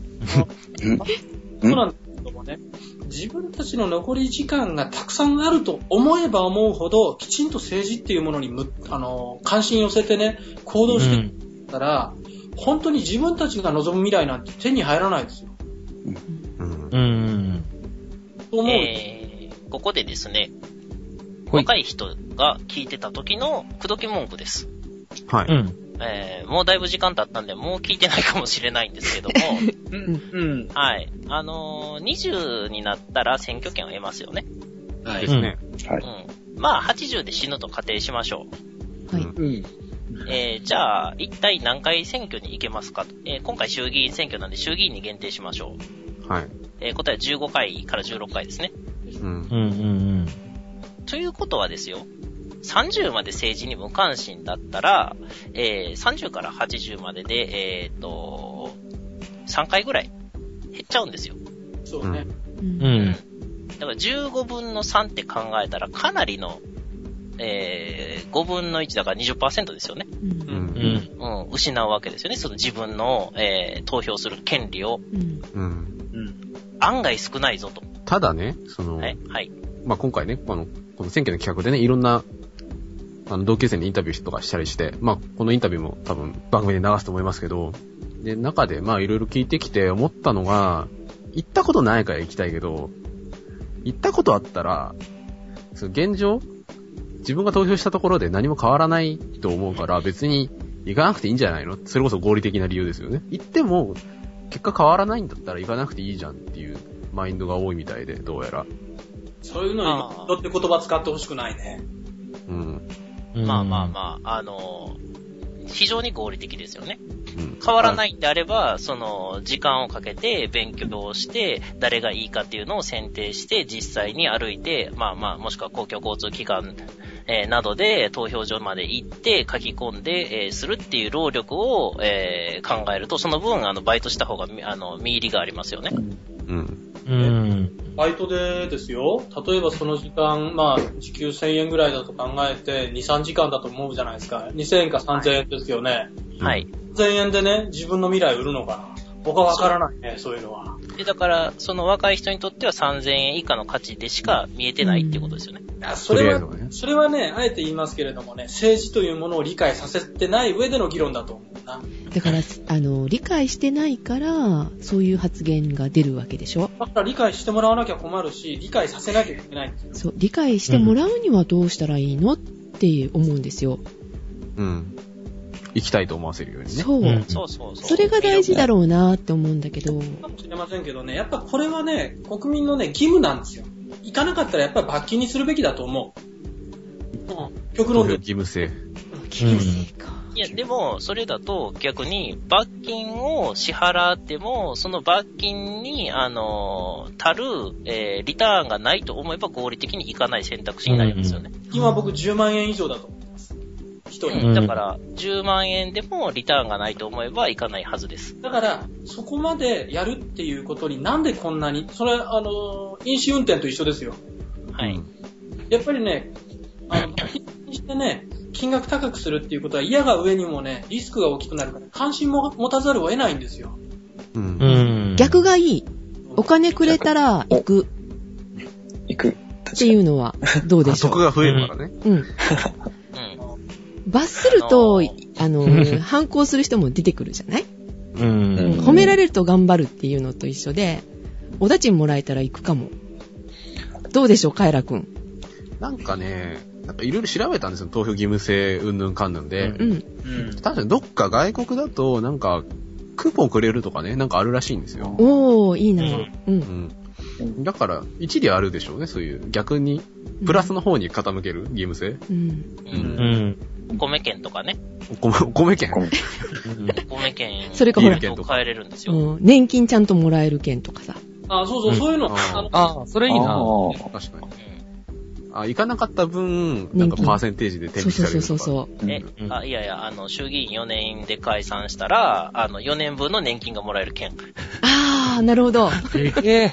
そうなんですけどもね、自分たちの残り時間がたくさんあると思えば思うほど、きちんと政治っていうものにむあの関心寄せてね、行動していったら、うん、本当に自分たちが望む未来なんて手に入らないですよ。うんうんと思う、えー、ここでですね、若い人が聞いてた時の口説き文句です。はい。うんえー、もうだいぶ時間経ったんで、もう聞いてないかもしれないんですけども、うんうん、はい。あのー、にじゅうになったら選挙権を得ますよね。はい。ですね。はい。うん。まあ、はちじゅうで死ぬと仮定しましょう。はい。うん。えー、じゃあ、一体何回選挙に行けますか、えー、今回衆議院選挙なんで衆議院に限定しましょう。はい。えー、答えはじゅうごかいからじゅうろっかいですね。うん。うんうんうん。ということはですよ、さんじゅうまで政治に無関心だったら、えー、さんじゅうからはちじゅうまでで、えーと、さんかいぐらい減っちゃうんですよ。 そうね。 うん。だからじゅうごぶんのさんって考えたらかなりの、えー、ごぶんのいちだから にじゅっパーセント ですよね。うん。うん。うん。失うわけですよね。その自分の、えー、投票する権利を。うん。うん。案外少ないぞと。 ただね、その、 はい。はい。 まあ、今回ね、この、この選挙の企画でね、いろんな、あの、同級生にインタビューとかしたりして、まあ、このインタビューも多分番組で流すと思いますけど、で、中でまあ、いろいろ聞いてきて思ったのが、行ったことないから行きたいけど、行ったことあったら、その現状、自分が投票したところで何も変わらないと思うから別に行かなくていいんじゃないの？それこそ合理的な理由ですよね。行っても結果変わらないんだったら行かなくていいじゃんっていうマインドが多いみたいで、どうやら。 そういうのにマインドって言葉使ってほしくないね。 うん。まあまあまあ、あのー、非常に合理的ですよね。うん、変わらないんであれば、その、時間をかけて勉強をして、誰がいいかっていうのを選定して、実際に歩いて、まあまあ、もしくは公共交通機関、えー、などで投票所まで行って書き込んで、えー、するっていう労力を、えー、考えると、その分、あの、バイトした方が、あの、見入りがありますよね。うん。 うん。バイトでですよ、例えばその時間、まあ、時給せんえんぐらいだと考えて、に、さんじかんだと思うじゃないですか。にせんえんかさんぜんえんですよね。はい。さんぜんえんでね、自分の未来売るのかな。僕はわからないね、そういうのは。 で、だから、その若い人にとってはさんぜんえん以下の価値でしか見えてないっていうことですよね。 いや、それは、それはね、あえて言いますけれどもね、政治というものを理解させてない上での議論だと思うな。 だから、あの、理解してないから、そういう発言が出るわけでしょ。 だから理解してもらわなきゃ困るし、理解させなきゃいけないんですよ。 そう、理解してもらうにはどうしたらいいのって思うんですよ。 うん。 行きたいと思わせるようにね。 そう。うん、 そうそうそう。 それが大事だろうなって思うんだけど。 かもしれませんけどね、やっぱこれはね、国民のね、義務なんですよ。行かなかったらやっぱり罰金にするべきだと思う。うん。極論で。 義務性。 義務性か。 いや、でも、それだと逆に罰金を支払っても、その罰金に、あの、足る、えー、リターンがないと思えば合理的にいかない選択肢になりますよね。 うんうん、今僕じゅうまんえん以上だと思ってます。一人。 だから、じゅうまんえんでもリターンがないと思えばいかないはずです。 だから、そこまでやるっていうことになんでこんなに、それは、あの、飲酒運転と一緒ですよ。 はい。 やっぱりね、あの、罰金にしてね、金額高くするっていうことは嫌が上にもね、リスクが大きくなるから、関心も持たざるを得ないんですよ。 うん。逆がいい。お金くれたら行く。 行く。 っていうのはどうでしょう。 得が増えるからね。 うん。罰すると、あの、反抗する人も出てくるじゃない？うん。褒められると頑張るっていうのと一緒で、お駄賃もらえたら行くかも。どうでしょう、カエラくん。 なんかね、なんかいろいろ調べたんですよ。投票義務制うんぬんかんぬんで。うん。確かにどっか外国だと、なんか、クーポンくれるとかね、なんかあるらしいんですよ。 おー、いいな。うん。 うん。だから、一理あるでしょうね、そういう。逆に、プラスの方に傾ける義務制。うん。 うん。うん。お米券とかね。 お米、お米券。 お米券。 それかほら、 買えれるんですよ。 うん。年金ちゃんともらえる券とかさ。 あ、そうそう、そういうの。 ああ、それいいな。 確かに。あ、行かなかった分、なんかパーセンテージで転引されるとか。そうそうそうそう。 え、あ、いやいや、あの、衆議院よねんで解散したら、あの、よねんぶんの年金がもらえる券。 あー、なるほど。 ええ。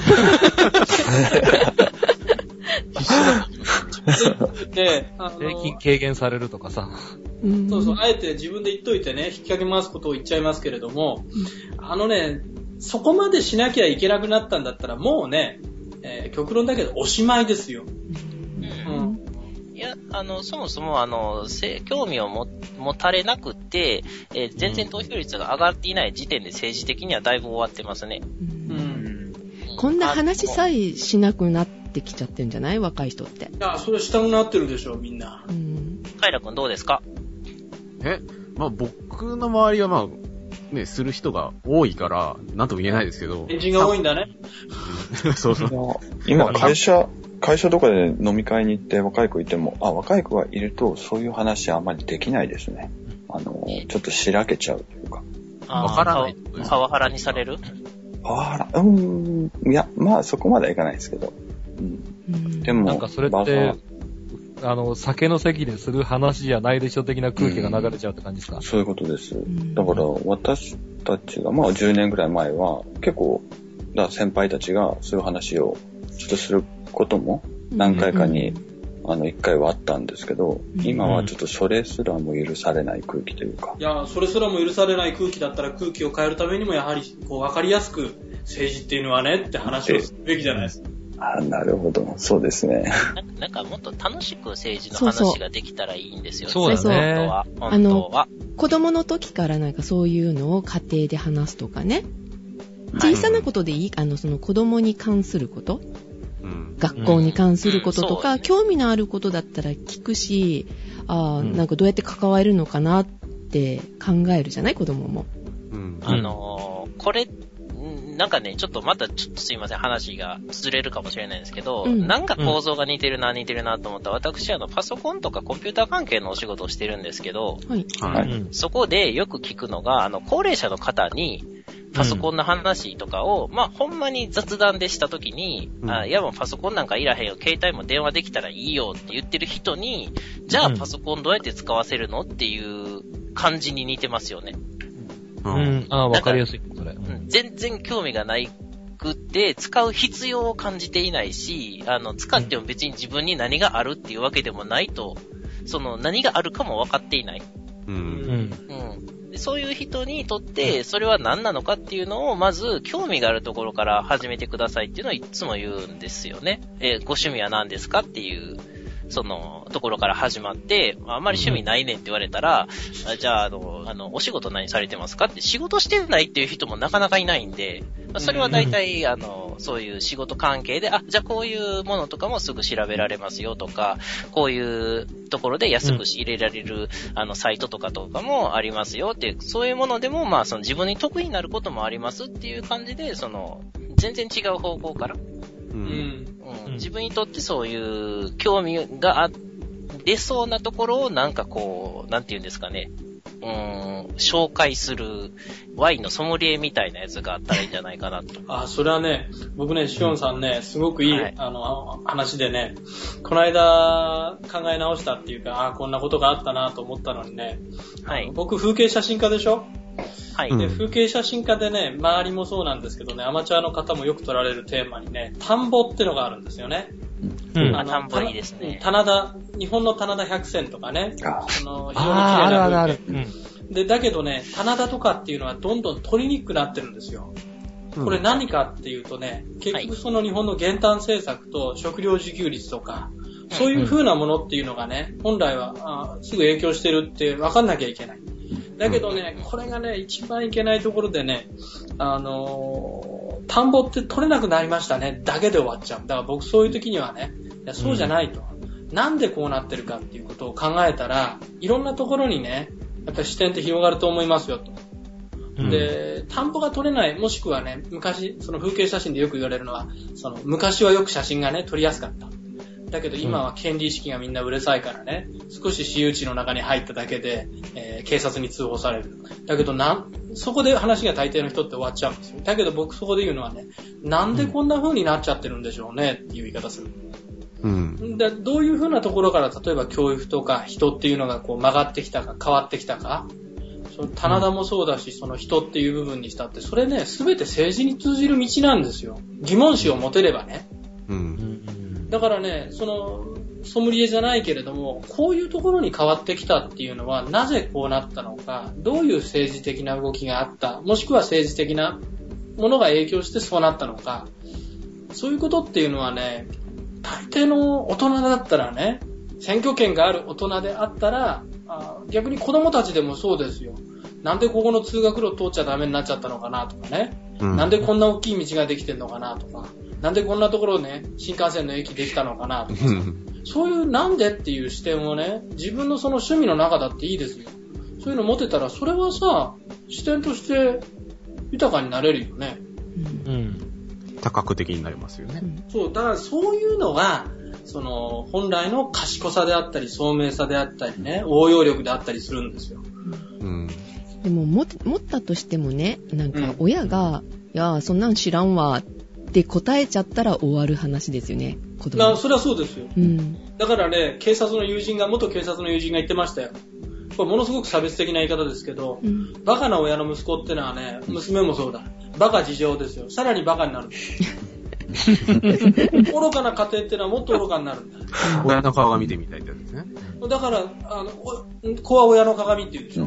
で、あの、税金軽減されるとかさ。 そうそう、あえて自分で言っといてね、引き掛け回すことを言っちゃいますけれども、あのね、そこまでしなきゃいけなくなったんだったら、もうね、えー、極論だけどおしまいですよ。 うん。いや、あの、そもそも、あの、興味をも持たれなくて、えー、全然投票率が上がっていない時点で政治的にはだいぶ終わってますね。うん。うん、 こんな話さえしなくなってきちゃってんじゃない？若い人って。いや、それしたくなってるでしょ、みんな。うん。 カイラ君どうですか？ え、まあ僕の周りはまあ、ね、する人が多いから、なんとも言えないですけど。 エンジンが多いんだね。 そうそう。 今、会社、会社とかで飲み会に行って若い子いても、あ、若い子がいると、そういう話あんまりできないですね。あの、ちょっとしらけちゃうというか。 わからない。 パワハラにされる？ パワハラ、うーん、いや、まあそこまではいかないですけど。 うん。でも、なんかそれって、あの、酒の席でする話じゃないでしょ的な空気が流れちゃうって感じですか？ うん、そういうことです。だから、私たちが、まあじゅうねんぐらい前は、結構、だ先輩たちがそういう話をちょっとすることも何回かに、うん、あの、一回はあったんですけど、うん、今はちょっとそれすらも許されない空気というか。 いや、それすらも許されない空気だったら空気を変えるためにもやはり、こう、わかりやすく政治っていうのはねって話をするべきじゃないですか。 あ、なるほど。そうですね。 なんかもっと楽しく政治の話ができたらいいんですよね。 そうそう。 本当は。本当は。 子供の時からなんかそういうのを家庭で話すとかね。小さなことでいい、あの、その子供に関すること、うん、学校に関することとか、うんうんね、興味のあることだったら聞くし、ああ、うん、なんかどうやって関われるのかなって考えるじゃない、子供も。 うん、あのー、これ、なんかね、ちょっとまたちょっとすいません、話がずれるかもしれないんですけど、うん、なんか構造が似てるな、うん、似てるなと思ったら、私、あの、パソコンとかコンピューター関係のお仕事をしてるんですけど、はいはい、そこでよく聞くのが、あの、高齢者の方に、パソコンの話とかを、うん、まあ、ほんまに雑談でしたときに、うん、あ、いやもうパソコンなんかいらへんよ、携帯も電話できたらいいよって言ってる人に、じゃあパソコンどうやって使わせるのっていう感じに似てますよね。 うん。うん、ああ、わかりやすい、それ。 うん。全然興味がないくって、使う必要を感じていないし、あの、使っても別に自分に何があるっていうわけでもないと、その何があるかも分かっていない。うん。うん。でそういう人にとって、それは何なのかっていうのを、まず、興味があるところから始めてくださいっていうのをいつも言うんですよね。えー、ご趣味は何ですかっていう。 その、ところから始まって、あんまり趣味ないねんって言われたら、うん、じゃあ、あの、あの、お仕事何されてますかって仕事してないっていう人もなかなかいないんで、それは大体、あの、そういう仕事関係で、あ、じゃあこういうものとかもすぐ調べられますよとか、こういうところで安く仕入れられる、うん、あの、サイトとかとかもありますよっていう、そういうものでも、まあ、その自分に得意になることもありますっていう感じで、その、全然違う方向から、うんうん、自分にとってそういう興味が出そうなところをなんかこう、なんていうんですかね、うーん、紹介するワインのソムリエみたいなやつがあったらいいんじゃないかなと。 あ、それはね、僕ね、シオンさんね、すごくいい、はい、あの、話でね、この間考え直したっていうか、あ、こんなことがあったなと思ったのにね、はい、僕風景写真家でしょ？はい。で、風景写真家でね、周りもそうなんですけどね、アマチュアの方もよく取られるテーマにね、田んぼってのがあるんですよね。 うん。あの、田んぼいいですね。 棚田、日本の棚田百選とかね、 あの非常に綺麗な風景。 あるあるある。 うん。で、だけどね、棚田とかっていうのはどんどん取りにくくなってるんですよ。これ何かっていうとね、結局その日本の減反政策と食料自給率とか、そういう風なものっていうのがね、本来はあすぐ影響してるって分かんなきゃいけない。だけどね、これがね、一番いけないところでね、あのー、田んぼって取れなくなりましたね、だけで終わっちゃう。だから僕そういう時にはね、いやそうじゃないと、うん。なんでこうなってるかっていうことを考えたら、いろんなところにね、やっぱり視点って広がると思いますよと。うん、で、田んぼが取れない、もしくはね、昔、その風景写真でよく言われるのは、その昔はよく写真がね、撮りやすかった。だけど今は権利意識がみんなうるさいからね、少し私有地の中に入っただけで、えー、警察に通報される。だけどなん、そこで話が大抵の人って終わっちゃうんですよ。だけど僕そこで言うのはね、なんでこんな風になっちゃってるんでしょうねっていう言い方する。うん。で、どういう風なところから例えば教育とか人っていうのがこう曲がってきたか変わってきたか、その棚田もそうだし、その人っていう部分にしたって、それね、すべて政治に通じる道なんですよ。疑問視を持てればね。うん。だからね、その、ソムリエじゃないけれども、こういうところに変わってきたっていうのは、なぜこうなったのか、どういう政治的な動きがあった、もしくは政治的なものが影響してそうなったのか、そういうことっていうのはね、大抵の大人だったらね、選挙権がある大人であったら、あ逆に子供たちでもそうですよ。なんでここの通学路通っちゃダメになっちゃったのかなとかね、うん、なんでこんな大きい道ができてんのかなとか、なんでこんなところね、新幹線の駅できたのかなとか、そういうなんでっていう視点をね、自分のその趣味の中だっていいですよ。そういうの持てたら、それはさ、視点として豊かになれるよね。 うん。多角的になりますよね。 そう、だからそういうのが、その、本来の賢さであったり、聡明さであったりね、応用力であったりするんですよ。 うん。でも、持ったとしてもね、なんか親が、うん、いや、そんなん知らんわ、って答えちゃったら終わる話ですよね。子供だそれはそうですよ、うん。だからね、警察の友人が、元警察の友人が言ってましたよ。これものすごく差別的な言い方ですけど、うん、バカな親の息子ってのはね、娘もそうだ。バカ事情ですよ。さらにバカになるんですよ。愚かな家庭ってのはもっと愚かになるんだ。 親の顔が見てみたいってやつですね。 だから、あの、子は親の鏡って言うでしょ。うん。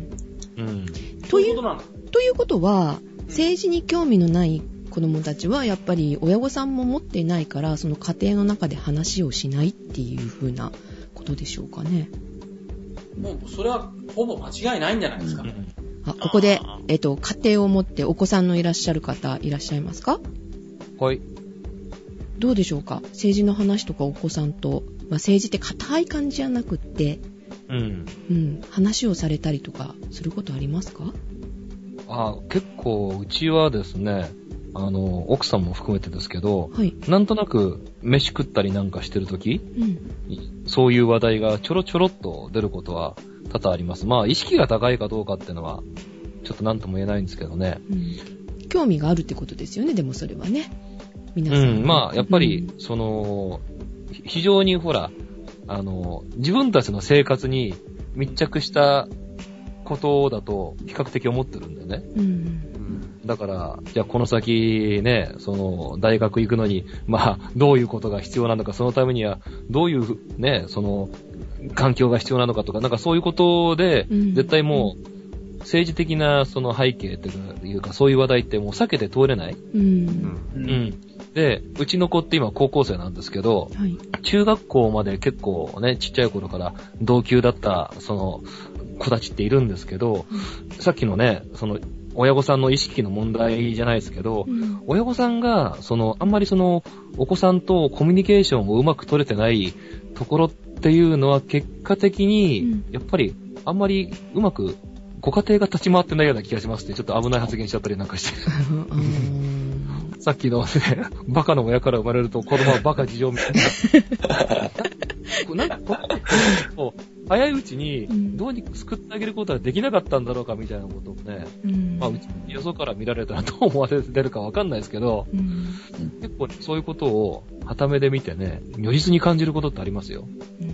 うん。ということなの。ということは、政治に興味のない子供たちはやっぱり親御さんも持っていないから、その家庭の中で話をしないっていう風なことでしょうかね。 もうそれはほぼ間違いないんじゃないですか。うん、 あ、ここで、えっと、家庭を持ってお子さんのいらっしゃる方いらっしゃいますか？ はい。 どうでしょうか？政治の話とかお子さんと、まあ、政治って硬い感じじゃなくって、うん、うん、話をされたりとかすることありますか？ あ、結構うちはですね、あの奥さんも含めてですけど、はい、なんとなく飯食ったりなんかしてるとき、うん、そういう話題がちょろちょろっと出ることは多々あります。まあ意識が高いかどうかっていうのはちょっとなんとも言えないんですけどね、うん、 興味があるってことですよね。でもそれはね、皆さん、 うん、まあやっぱり、うん、その非常にほらあの自分たちの生活に密着したことだと比較的思ってるんだよね、うん、だからじゃあこの先ね、その大学行くのにまあどういうことが必要なのか、そのためにはどういうねその環境が必要なのかとか、なんかそういうことで、うん、絶対もう政治的なその背景というかそういう話題ってもう避けて通れない、うんうん、 で、うちの子って今高校生なんですけど、はい、中学校まで結構ね、ちっちゃい頃から同級だった、その、子たちっているんですけど、うん、さっきのね、その、親御さんの意識の問題じゃないですけど、うん、親御さんが、その、あんまりその、お子さんとコミュニケーションをうまく取れてないところっていうのは、結果的に、やっぱり、あんまりうまく、ご家庭が立ち回ってないような気がしますって、ちょっと危ない発言しちゃったりなんかして。さっきのね、バカの親から生まれると子供はバカ事情みたいな。なんか、早いうちにどうにか救ってあげることはできなかったんだろうかみたいなことをね、うん、まあ、よそから見られたらどう思われてるかわかんないですけど、うん、結構そういうことを傍目で見てね、如実に感じることってありますよ。うんうん、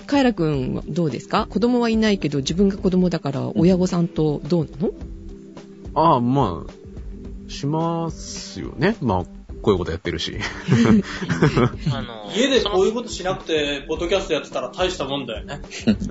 カエラ君はどうですか？子供はいないけど自分が子供だから親御さんとどうなの？ ああ、まあ、しますよね。まあ、こういうことやってるし。 あの家でこういうことしなくて、ポッドキャストやってたら大したもんだよね。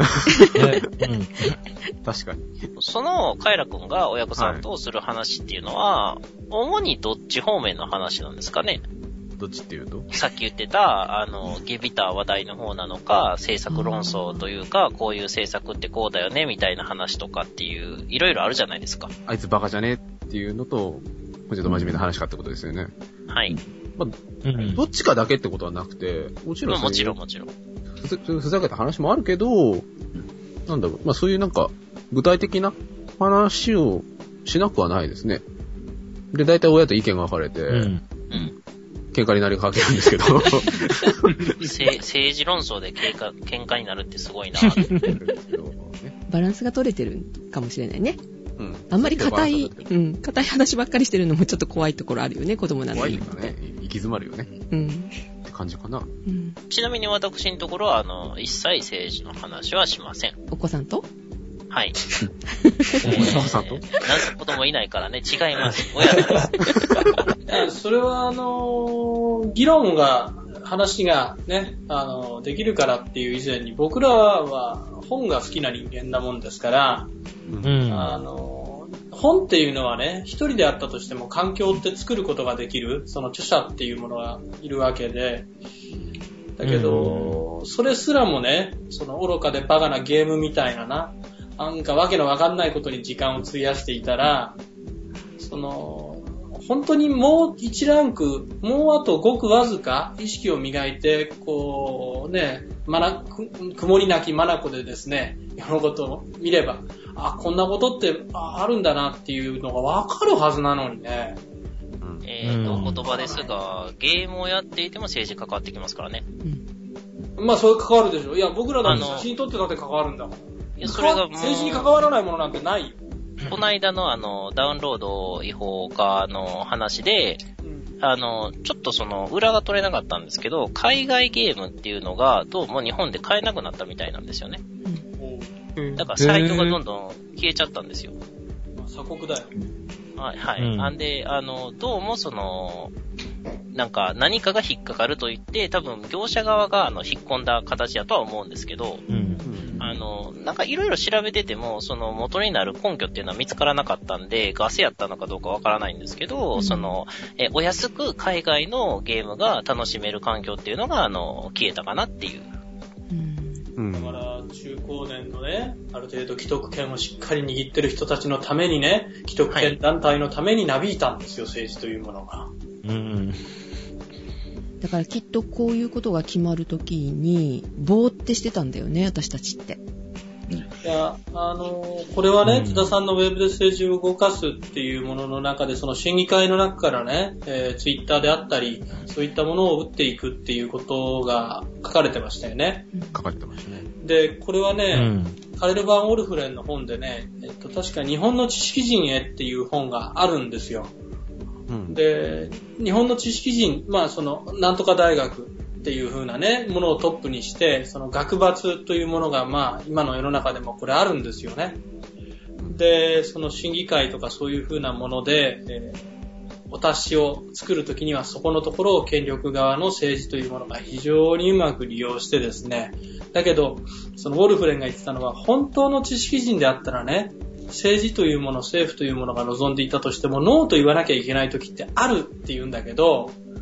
確かに。 その、カエラ君が親御さんとする話っていうのは、はい、主にどっち方面の話なんですかね？ どっちっていうと？ さっき言ってた、あの、ゲビタ話題の方なのか、政策論争というか、こういう政策ってこうだよね、みたいな話とかっていう、いろいろあるじゃないですか。 あいつバカじゃねっていうのと、ちょっと真面目な話かってことですよね。 はい。 まあ、うん、どっちかだけってことはなくて、もちろん、 もちろんもちろん。 ふ, ふざけた話もあるけど、なんだろう、まあそういうなんか、具体的な話をしなくはないですね。で、大体親と意見が分かれて、うん。うん、喧嘩になりかけるんですけど。 政治論争で喧嘩、喧嘩になるってすごいな。 バランスが取れてるかもしれないね。うん、あんまり硬い、うん、硬い話ばっかりしてるのもちょっと怖いところあるよね、子供なのに。 怖いかね、行き詰まるよね。うん。って感じかな。うん、 ちなみに私のところは、あの、一切政治の話はしません。 お子さんと？ はい。お子さんと？なんせ子供いないからね、違います。親です。それは、あのー、議論が、話がね、あの、できるからっていう以前に、僕らは本が好きな人間なもんですから、うん、あの、本っていうのはね、一人であったとしても環境って作ることができる、その著者っていうものがいるわけで、だけど、うん、それすらもね、その愚かでバカなゲームみたいなな、なんかわけのわかんないことに時間を費やしていたら、その、本当にもう一ランク、もうあとごくわずか意識を磨いて、こうね、まな、曇りなき眼でですね、世のことを見れば、あ、こんなことってあるんだなっていうのがわかるはずなのにね。 えーと、お言葉ですが、ゲームをやっていても政治関わってきますからね。 うん、まあ、それ関わるでしょ。いや、僕らだって写真撮ってたって関わるんだもん。いや、それが政治に関わらないものなんてないよ。 この間のあの、ダウンロード違法化の話で、うん、あの、ちょっとその、裏が取れなかったんですけど、海外ゲームっていうのが、どうも日本で買えなくなったみたいなんですよね。うん、だからサイトがどんどん消えちゃったんですよ。 鎖国だよ。 はいはい。うん、なんで、あの、どうもその、なんか何かが引っかかると言って、多分業者側があの引っ込んだ形だとは思うんですけど、うん、あの、なんかいろいろ調べてても、その元になる根拠っていうのは見つからなかったんで、ガセやったのかどうかわからないんですけど、うん、その、え、お安く海外のゲームが楽しめる環境っていうのが、あの、消えたかなっていう。 うん、だから、中高年のね、ある程度既得権をしっかり握ってる人たちのためにね、既得権団体のためになびいたんですよ、はい、政治というものが。うん。 だからきっとこういうことが決まるときに、ぼーってしてたんだよね、私たちって。 いや、あのー、これはね、津田さんのウェブで政治を動かすっていうものの中で、その審議会の中からね、えー、ツイッターであったり、そういったものを打っていくっていうことが書かれてましたよね。 書かれてましたね。 で、これはね、うん、カレル・バン・オルフレンの本でね、えっと、確か日本の知識人へっていう本があるんですよ。うん、で、日本の知識人、まあその、なんとか大学っていう風なね、ものをトップにして、その学閥というものがまあ今の世の中でもこれあるんですよね。で、その審議会とかそういう風なもので、えー、お達しを作るときにはそこのところを権力側の政治というものが非常にうまく利用してですね、だけど、そのウォルフレンが言ってたのは本当の知識人であったらね、政治というもの、政府というものが望んでいたとしても、ノーと言わなきゃいけない時ってあるって言うんだけど、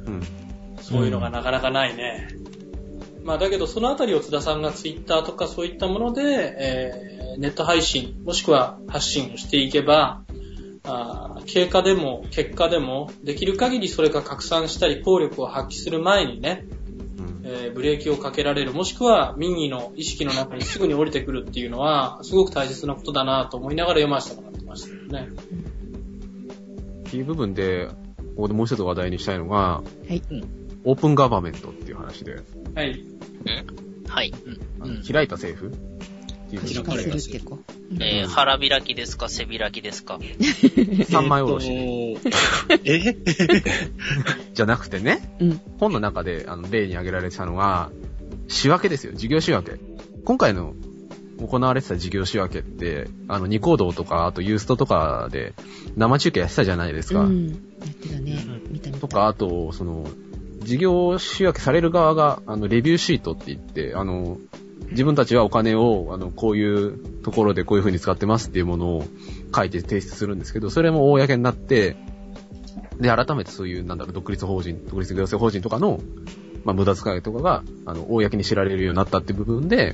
うん、そういうのがなかなかないね。うん、まあだけどそのあたりを津田さんがツイッターとかそういったもので、えー、ネット配信もしくは発信をしていけば、あ経過でも結果でもできる限りそれが拡散したり効力を発揮する前にね、えー、ブレーキをかけられる、もしくは民意の意識の中にすぐに降りてくるっていうのはすごく大切なことだなと思いながら読ませてもらってましたよね。 っていう部分でここでもう一つ話題にしたいのが、はい、オープンガバメントっていう話で、はい、 はい、 うん、開いた政府っていう開かれるってこう、 えー、腹開きですか背開きですか三枚おろし、 えじゃなくてね、うん、本の中であの例に挙げられてたのが仕分けですよ。事業仕分け。今回の行われてた事業仕分けってあのニコ動とかあとユーストとかで生中継やってたじゃないですか、うん、 やってたね、うん、見た見たとか、あとその事業仕分けされる側があのレビューシートって言ってあの自分たちはお金をあのこういうところでこういう風に使ってますっていうものを書いて提出するんですけど、それも公になって、で改めてそういうなんだろう独立法人、独立行政法人とかのまあ無駄遣いとかがあの公に知られるようになったっていう部分で、うん、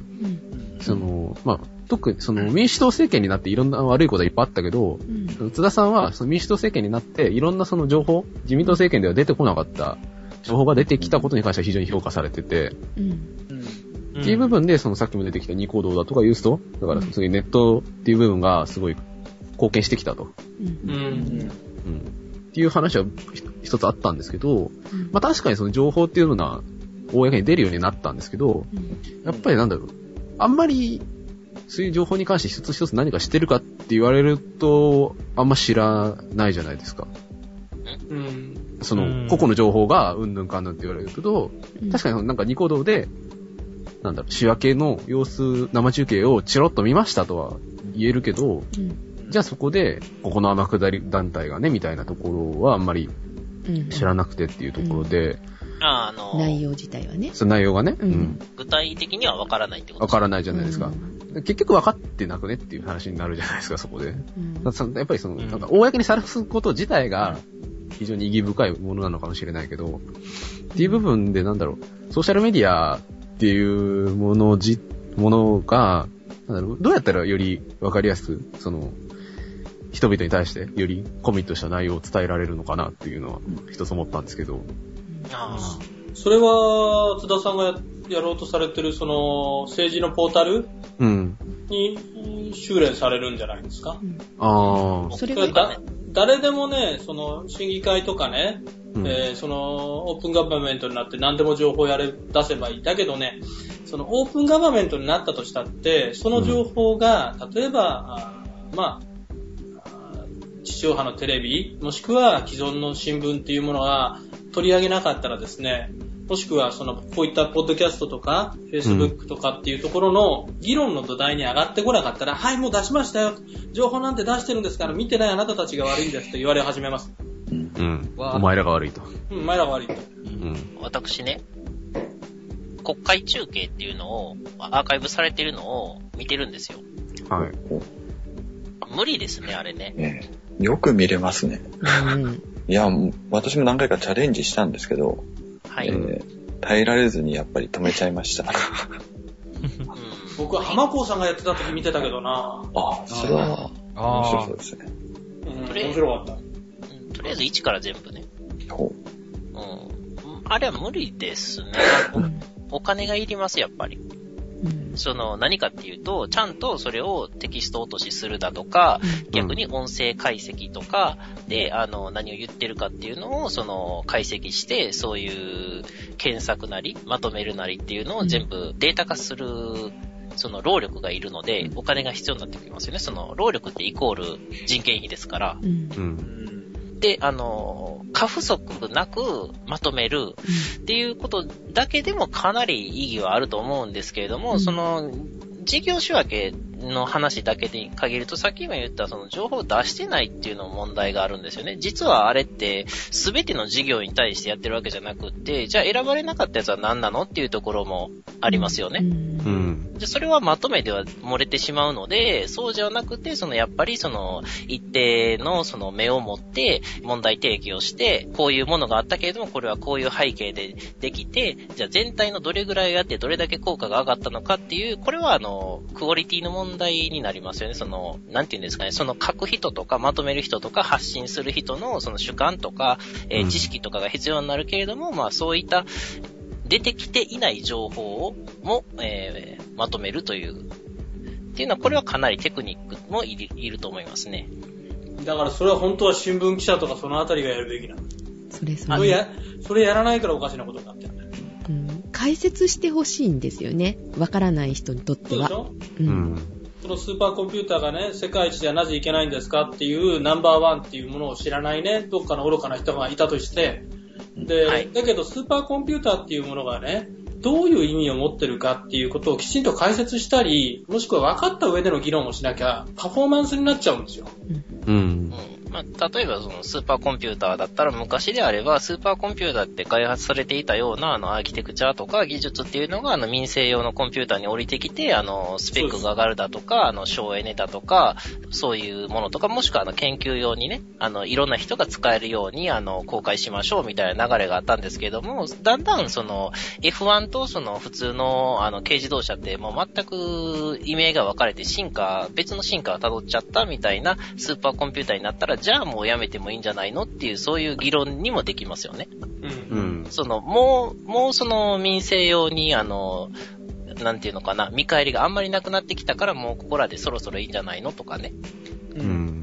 そのまあ特にその民主党政権になっていろんな悪いことがいっぱいあったけど、うん、津田さんはその民主党政権になっていろんなその情報、自民党政権では出てこなかった情報が出てきたことに関しては非常に評価されてて。うんっていう部分で、そのさっきも出てきたニコ動だとかユーストだから、そういうネットっていう部分がすごい貢献してきたと。うん。うん。っていう話は一つあったんですけど、まあ確かにその情報っていうのは、公に出るようになったんですけど、やっぱりなんだろう、あんまり、そういう情報に関して一つ一つ何か知ってるかって言われると、あんま知らないじゃないですか。うん。その、個々の情報がうんぬんかんぬんって言われるけど、確かになんかニコ動で、なんだろう、仕分けの様子、生中継をチロッと見ましたとは言えるけど、うん、じゃあそこで、ここの天下り団体がね、みたいなところはあんまり知らなくてっていうところで、うんうん、 あの内容自体はね。 その内容がね、うん、 具体的には分からないってこと分からないじゃないですか。うん、結局分かってなくねっていう話になるじゃないですか、そこで。うん、やっぱりその、なんか、公にさらすこと自体が非常に意義深いものなのかもしれないけど、っていう部分でなんだろう、ソーシャルメディアっていうものじ、ものが、なんだろう、どうやったらより分かりやすく、その、人々に対してよりコミットした内容を伝えられるのかなっていうのは一つ思ったんですけど。 ああ。それは、津田さんが や, やろうとされてる、その、政治のポータルうん。に修練されるんじゃないですか。うん、ああ。それはだ、誰でもね、その、審議会とかね、うんえー、そのオープンガバメントになって何でも情報やれ出せばいい。だけどね、そのオープンガバメントになったとしたって、その情報が、うん、例えば、あまあ、地上波のテレビ、もしくは既存の新聞っていうものが取り上げなかったらですね、もしくはそのこういったポッドキャストとか、Facebook とかっていうところの議論の土台に上がってこなかったら、うん、はい、もう出しましたよ。情報なんて出してるんですから、見てないあなたたちが悪いんですと言われ始めます。 うん。お前らが悪いと。 うん、お前らが悪いと。うん。私ね、国会中継っていうのを、アーカイブされてるのを見てるんですよ。はい。無理ですね、あれね。 ねよく見れますね。うん。いや、私も何回かチャレンジしたんですけど、はい。えー、耐えられずにやっぱり止めちゃいました。 僕は浜子さんがやってた時見てたけどな。 あ、それは面白そうですね。 うん、面白かった。 とりあえずいちから全部ね。ほう。うん。あれは無理ですね。お金がいります、やっぱり。うん、その、何かっていうと、ちゃんとそれをテキスト落としするだとか、うん、逆に音声解析とかで、あの、何を言ってるかっていうのを、その、解析して、そういう検索なり、まとめるなりっていうのを全部データ化する、その労力がいるので、お金が必要になってきますよね。その、労力ってイコール人件費ですから。うん、で、あの、過不足なくまとめるっていうことだけでもかなり意義はあると思うんですけれども、うん、その、事業仕分けの話だけに限ると、さっきも言ったその情報を出してないっていうのも問題があるんですよね。実はあれって全ての事業に対してやってるわけじゃなくって、じゃあ選ばれなかったやつは何なのっていうところもありますよね。うんん。で、それはまとめでは漏れてしまうので、そうじゃなくて、そのやっぱりその一定のその目を持って問題提起をして、こういうものがあったけれども、これはこういう背景でできて、じゃあ全体のどれぐらいやってどれだけ効果が上がったのかっていう、これはあの、クオリティの問題になりますよね。その、なんていうんですかね、その書く人とかまとめる人とか発信する人のその主観とか、えー、知識とかが必要になるけれども、うん、まあそういった出てきていない情報をも、えー、まとめるという。っていうのは、これはかなりテクニックもいる、いると思いますね。 だからそれは本当は新聞記者とかそのあたりがやるべきなの。 それそれ。それや、それやらないからおかしなことになってるんだよ。 うん。解説してほしいんですよね。わからない人にとっては。 そうでしょ？うん。そのスーパーコンピューターがね、世界一じゃなぜいけないんですかっていうナンバーワンっていうものを知らないね、どっかの愚かな人がいたとして、で、はい、だけどスーパーコンピューターっていうものがね、どういう意味を持ってるかっていうことをきちんと解説したり、もしくは分かった上での議論をしなきゃパフォーマンスになっちゃうんですよ。 うん。うんまあ、例えばそのスーパーコンピューターだったら昔であればスーパーコンピューターって開発されていたようなあのアーキテクチャとか技術っていうのがあの民生用のコンピューターに降りてきてあのスペックが上がるだとかあの省エネだとかそういうものとかもしくはあの研究用にねあのいろんな人が使えるようにあの公開しましょうみたいな流れがあったんですけどもだんだんその エフワン とその普通のあの軽自動車ってもう全く意味が分かれて進化別の進化を辿っちゃったみたいなスーパーコンピューターになったらじゃあもうやめてもいいんじゃないのっていうそういう議論にもできますよね。うん。そのもうもうその民生用にあのなんていうのかな見返りがあんまりなくなってきたからもうここらでそろそろいいんじゃないのとかね。うん。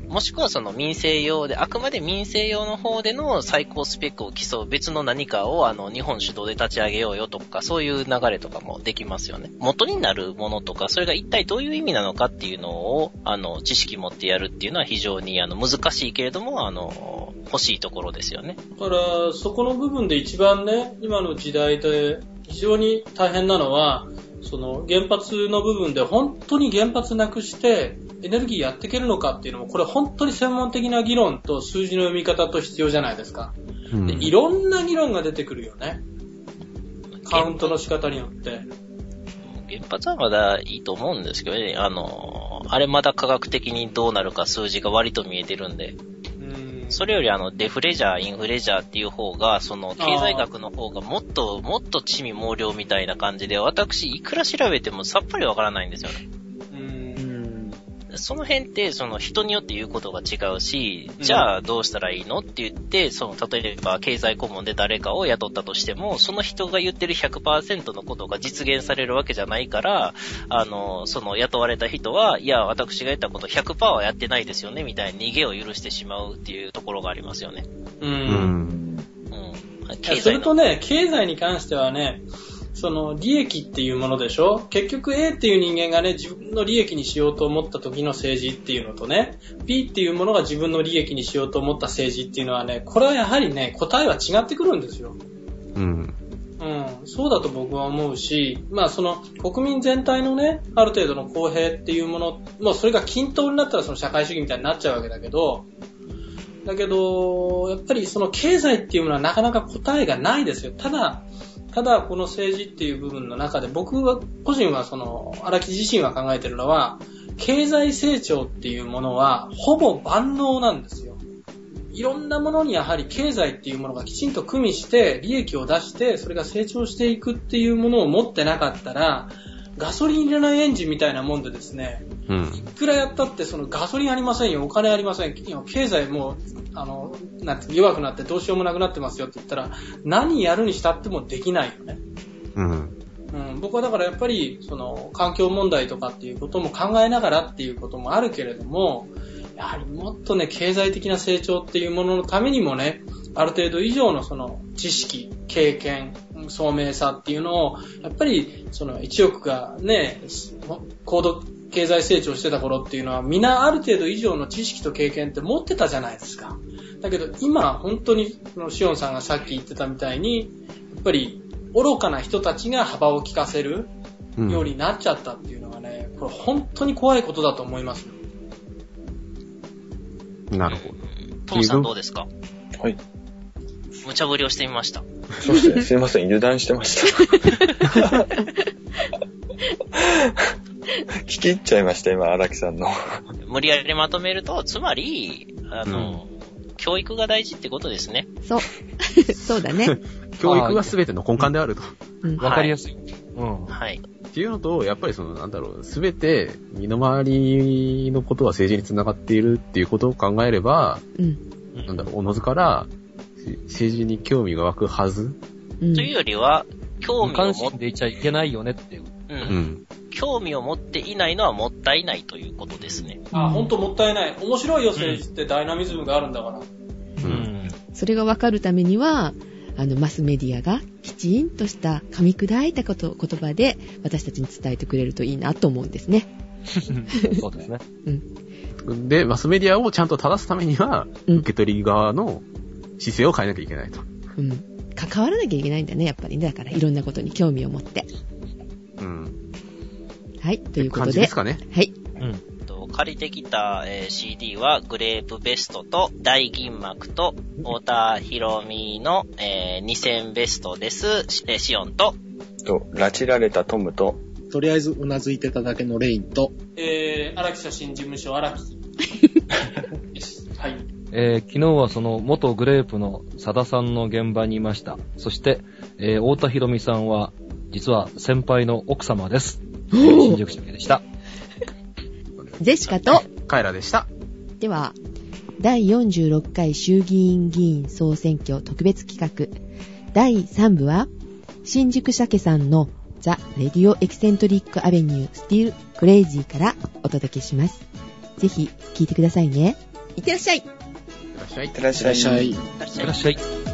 もしくはその民生用であくまで民生用の方での最高スペックを競う別の何かをあの日本主導で立ち上げようよとかそういう流れとかもできますよね。元になるものとかそれが一体どういう意味なのかっていうのをあの知識持ってやるっていうのは非常にあの難しいけれどもあの欲しいところですよね。 だからそこの部分で一番ね今の時代で非常に大変なのはその原発の部分で本当に原発なくしてエネルギーやっていけるのかっていうのもこれ本当に専門的な議論と数字の読み方と必要じゃないですか、うん、でいろんな議論が出てくるよねカウントの仕方によって原発はまだいいと思うんですけどねあのあれまだ科学的にどうなるか数字が割と見えてるんでそれよりあのデフレジャー、インフレジャーっていう方が、その経済学の方がもっともっと地味猛量みたいな感じで、私いくら調べてもさっぱりわからないんですよね。うーんその辺ってその人によって言うことが違うし、じゃあどうしたらいいのって言って、その例えば経済顧問で誰かを雇ったとしても、その人が言ってる ひゃくパーセント のことが実現されるわけじゃないから、あの、その雇われた人は、いや、私が言ったこと ひゃくパーセント はやってないですよね、みたいに逃げを許してしまうっていうところがありますよね。うん。うんうん、経済それとね、経済に関してはね、その利益っていうものでしょ結局 A っていう人間がね自分の利益にしようと思った時の政治っていうのとね B っていうものが自分の利益にしようと思った政治っていうのはねこれはやはりね答えは違ってくるんですよ。うん。うん。そうだと僕は思うしまあその国民全体のねある程度の公平っていうものもうそれが均等になったらその社会主義みたいになっちゃうわけだけどだけどやっぱりその経済っていうものはなかなか答えがないですよ。ただただこの政治っていう部分の中で僕は個人はその荒木自身は考えてるのは経済成長っていうものはほぼ万能なんですよ。いろんなものにやはり経済っていうものがきちんと組みして利益を出してそれが成長していくっていうものを持ってなかったらガソリン入れないエンジンみたいなもんでですね、うん、いくらやったってそのガソリンありませんよお金ありません経済もあのなんて弱くなってどうしようもなくなってますよって言ったら何やるにしたってもできないよね、うんうん、僕はだからやっぱりその環境問題とかっていうことも考えながらっていうこともあるけれどもやはりもっとね経済的な成長っていうもののためにもねある程度以上のその知識経験聡明さっていうのをやっぱりそのいちおくがね高度経済成長してた頃っていうのはみんなある程度以上の知識と経験って持ってたじゃないですか。だけど今本当にシオンさんがさっき言ってたみたいにやっぱり愚かな人たちが幅を利かせるようになっちゃったっていうのがね、これ本当に怖いことだと思いますよ。 なるほど。 トムさんどうですか？ はい。 無茶ぶりをしてみました。 そうですね。すいません。油断してました。 聞き入っちゃいました、今、荒木さんの。 無理やりまとめると、つまり、あの、うん、教育が大事ってことですね。 そう。そうだね。 教育が全ての根幹であると。 うん、わかりやすい。 うん。はい。 っていうのと、やっぱりその、なんだろう、全て身の回りのことは政治につながっているっていうことを考えれば、うん、なんだろう、おのずから政治に興味が湧くはず、 うん、というよりは、興味を持っていちゃいけないよねっていう。 うん。うん、興味を持っていないのはもったいないということですね。 あ、ほんともったいない。面白いよ、政治ってダイナミズムがあるんだから。 うん。うん、それがわかるためには、あの、マスメディアがきちんとした噛み砕いたこと、言葉で私たちに伝えてくれるといいなと思うんですね。 そうですね。 うん。で、マスメディアをちゃんと正すためには、うん、受け取り側の姿勢を変えなきゃいけないと。 うん。関わらなきゃいけないんだね、やっぱりね。だからいろんなことに興味を持って。 うん。 はい、ということで。感じですかね。 はい。 うん。借りてきた、えー、シーディー はグレープベストと大銀幕と太田博美の、えー、にせんベストです。えー、シオンとと拉致られたトムととりあえずうなずいてただけのレインとえー、荒木写真事務所荒木です。はい。 えー、昨日はその元グレープの佐田さんの現場にいました。そして、えー、太田博美さんは実は先輩の奥様です。新宿社でした。 ジェシカとカエラでした。 では、だいよんじゅうろっかい衆議院議員総選挙特別企画だいさん部は新宿鮭さんのザ・レディオ・エキセントリック・アベニュー・スティル・クレイジーからお届けします。ぜひ聴いてくださいね。いってらっしゃい。いってらっしゃい。 いってらっしゃい。 いってらっしゃい。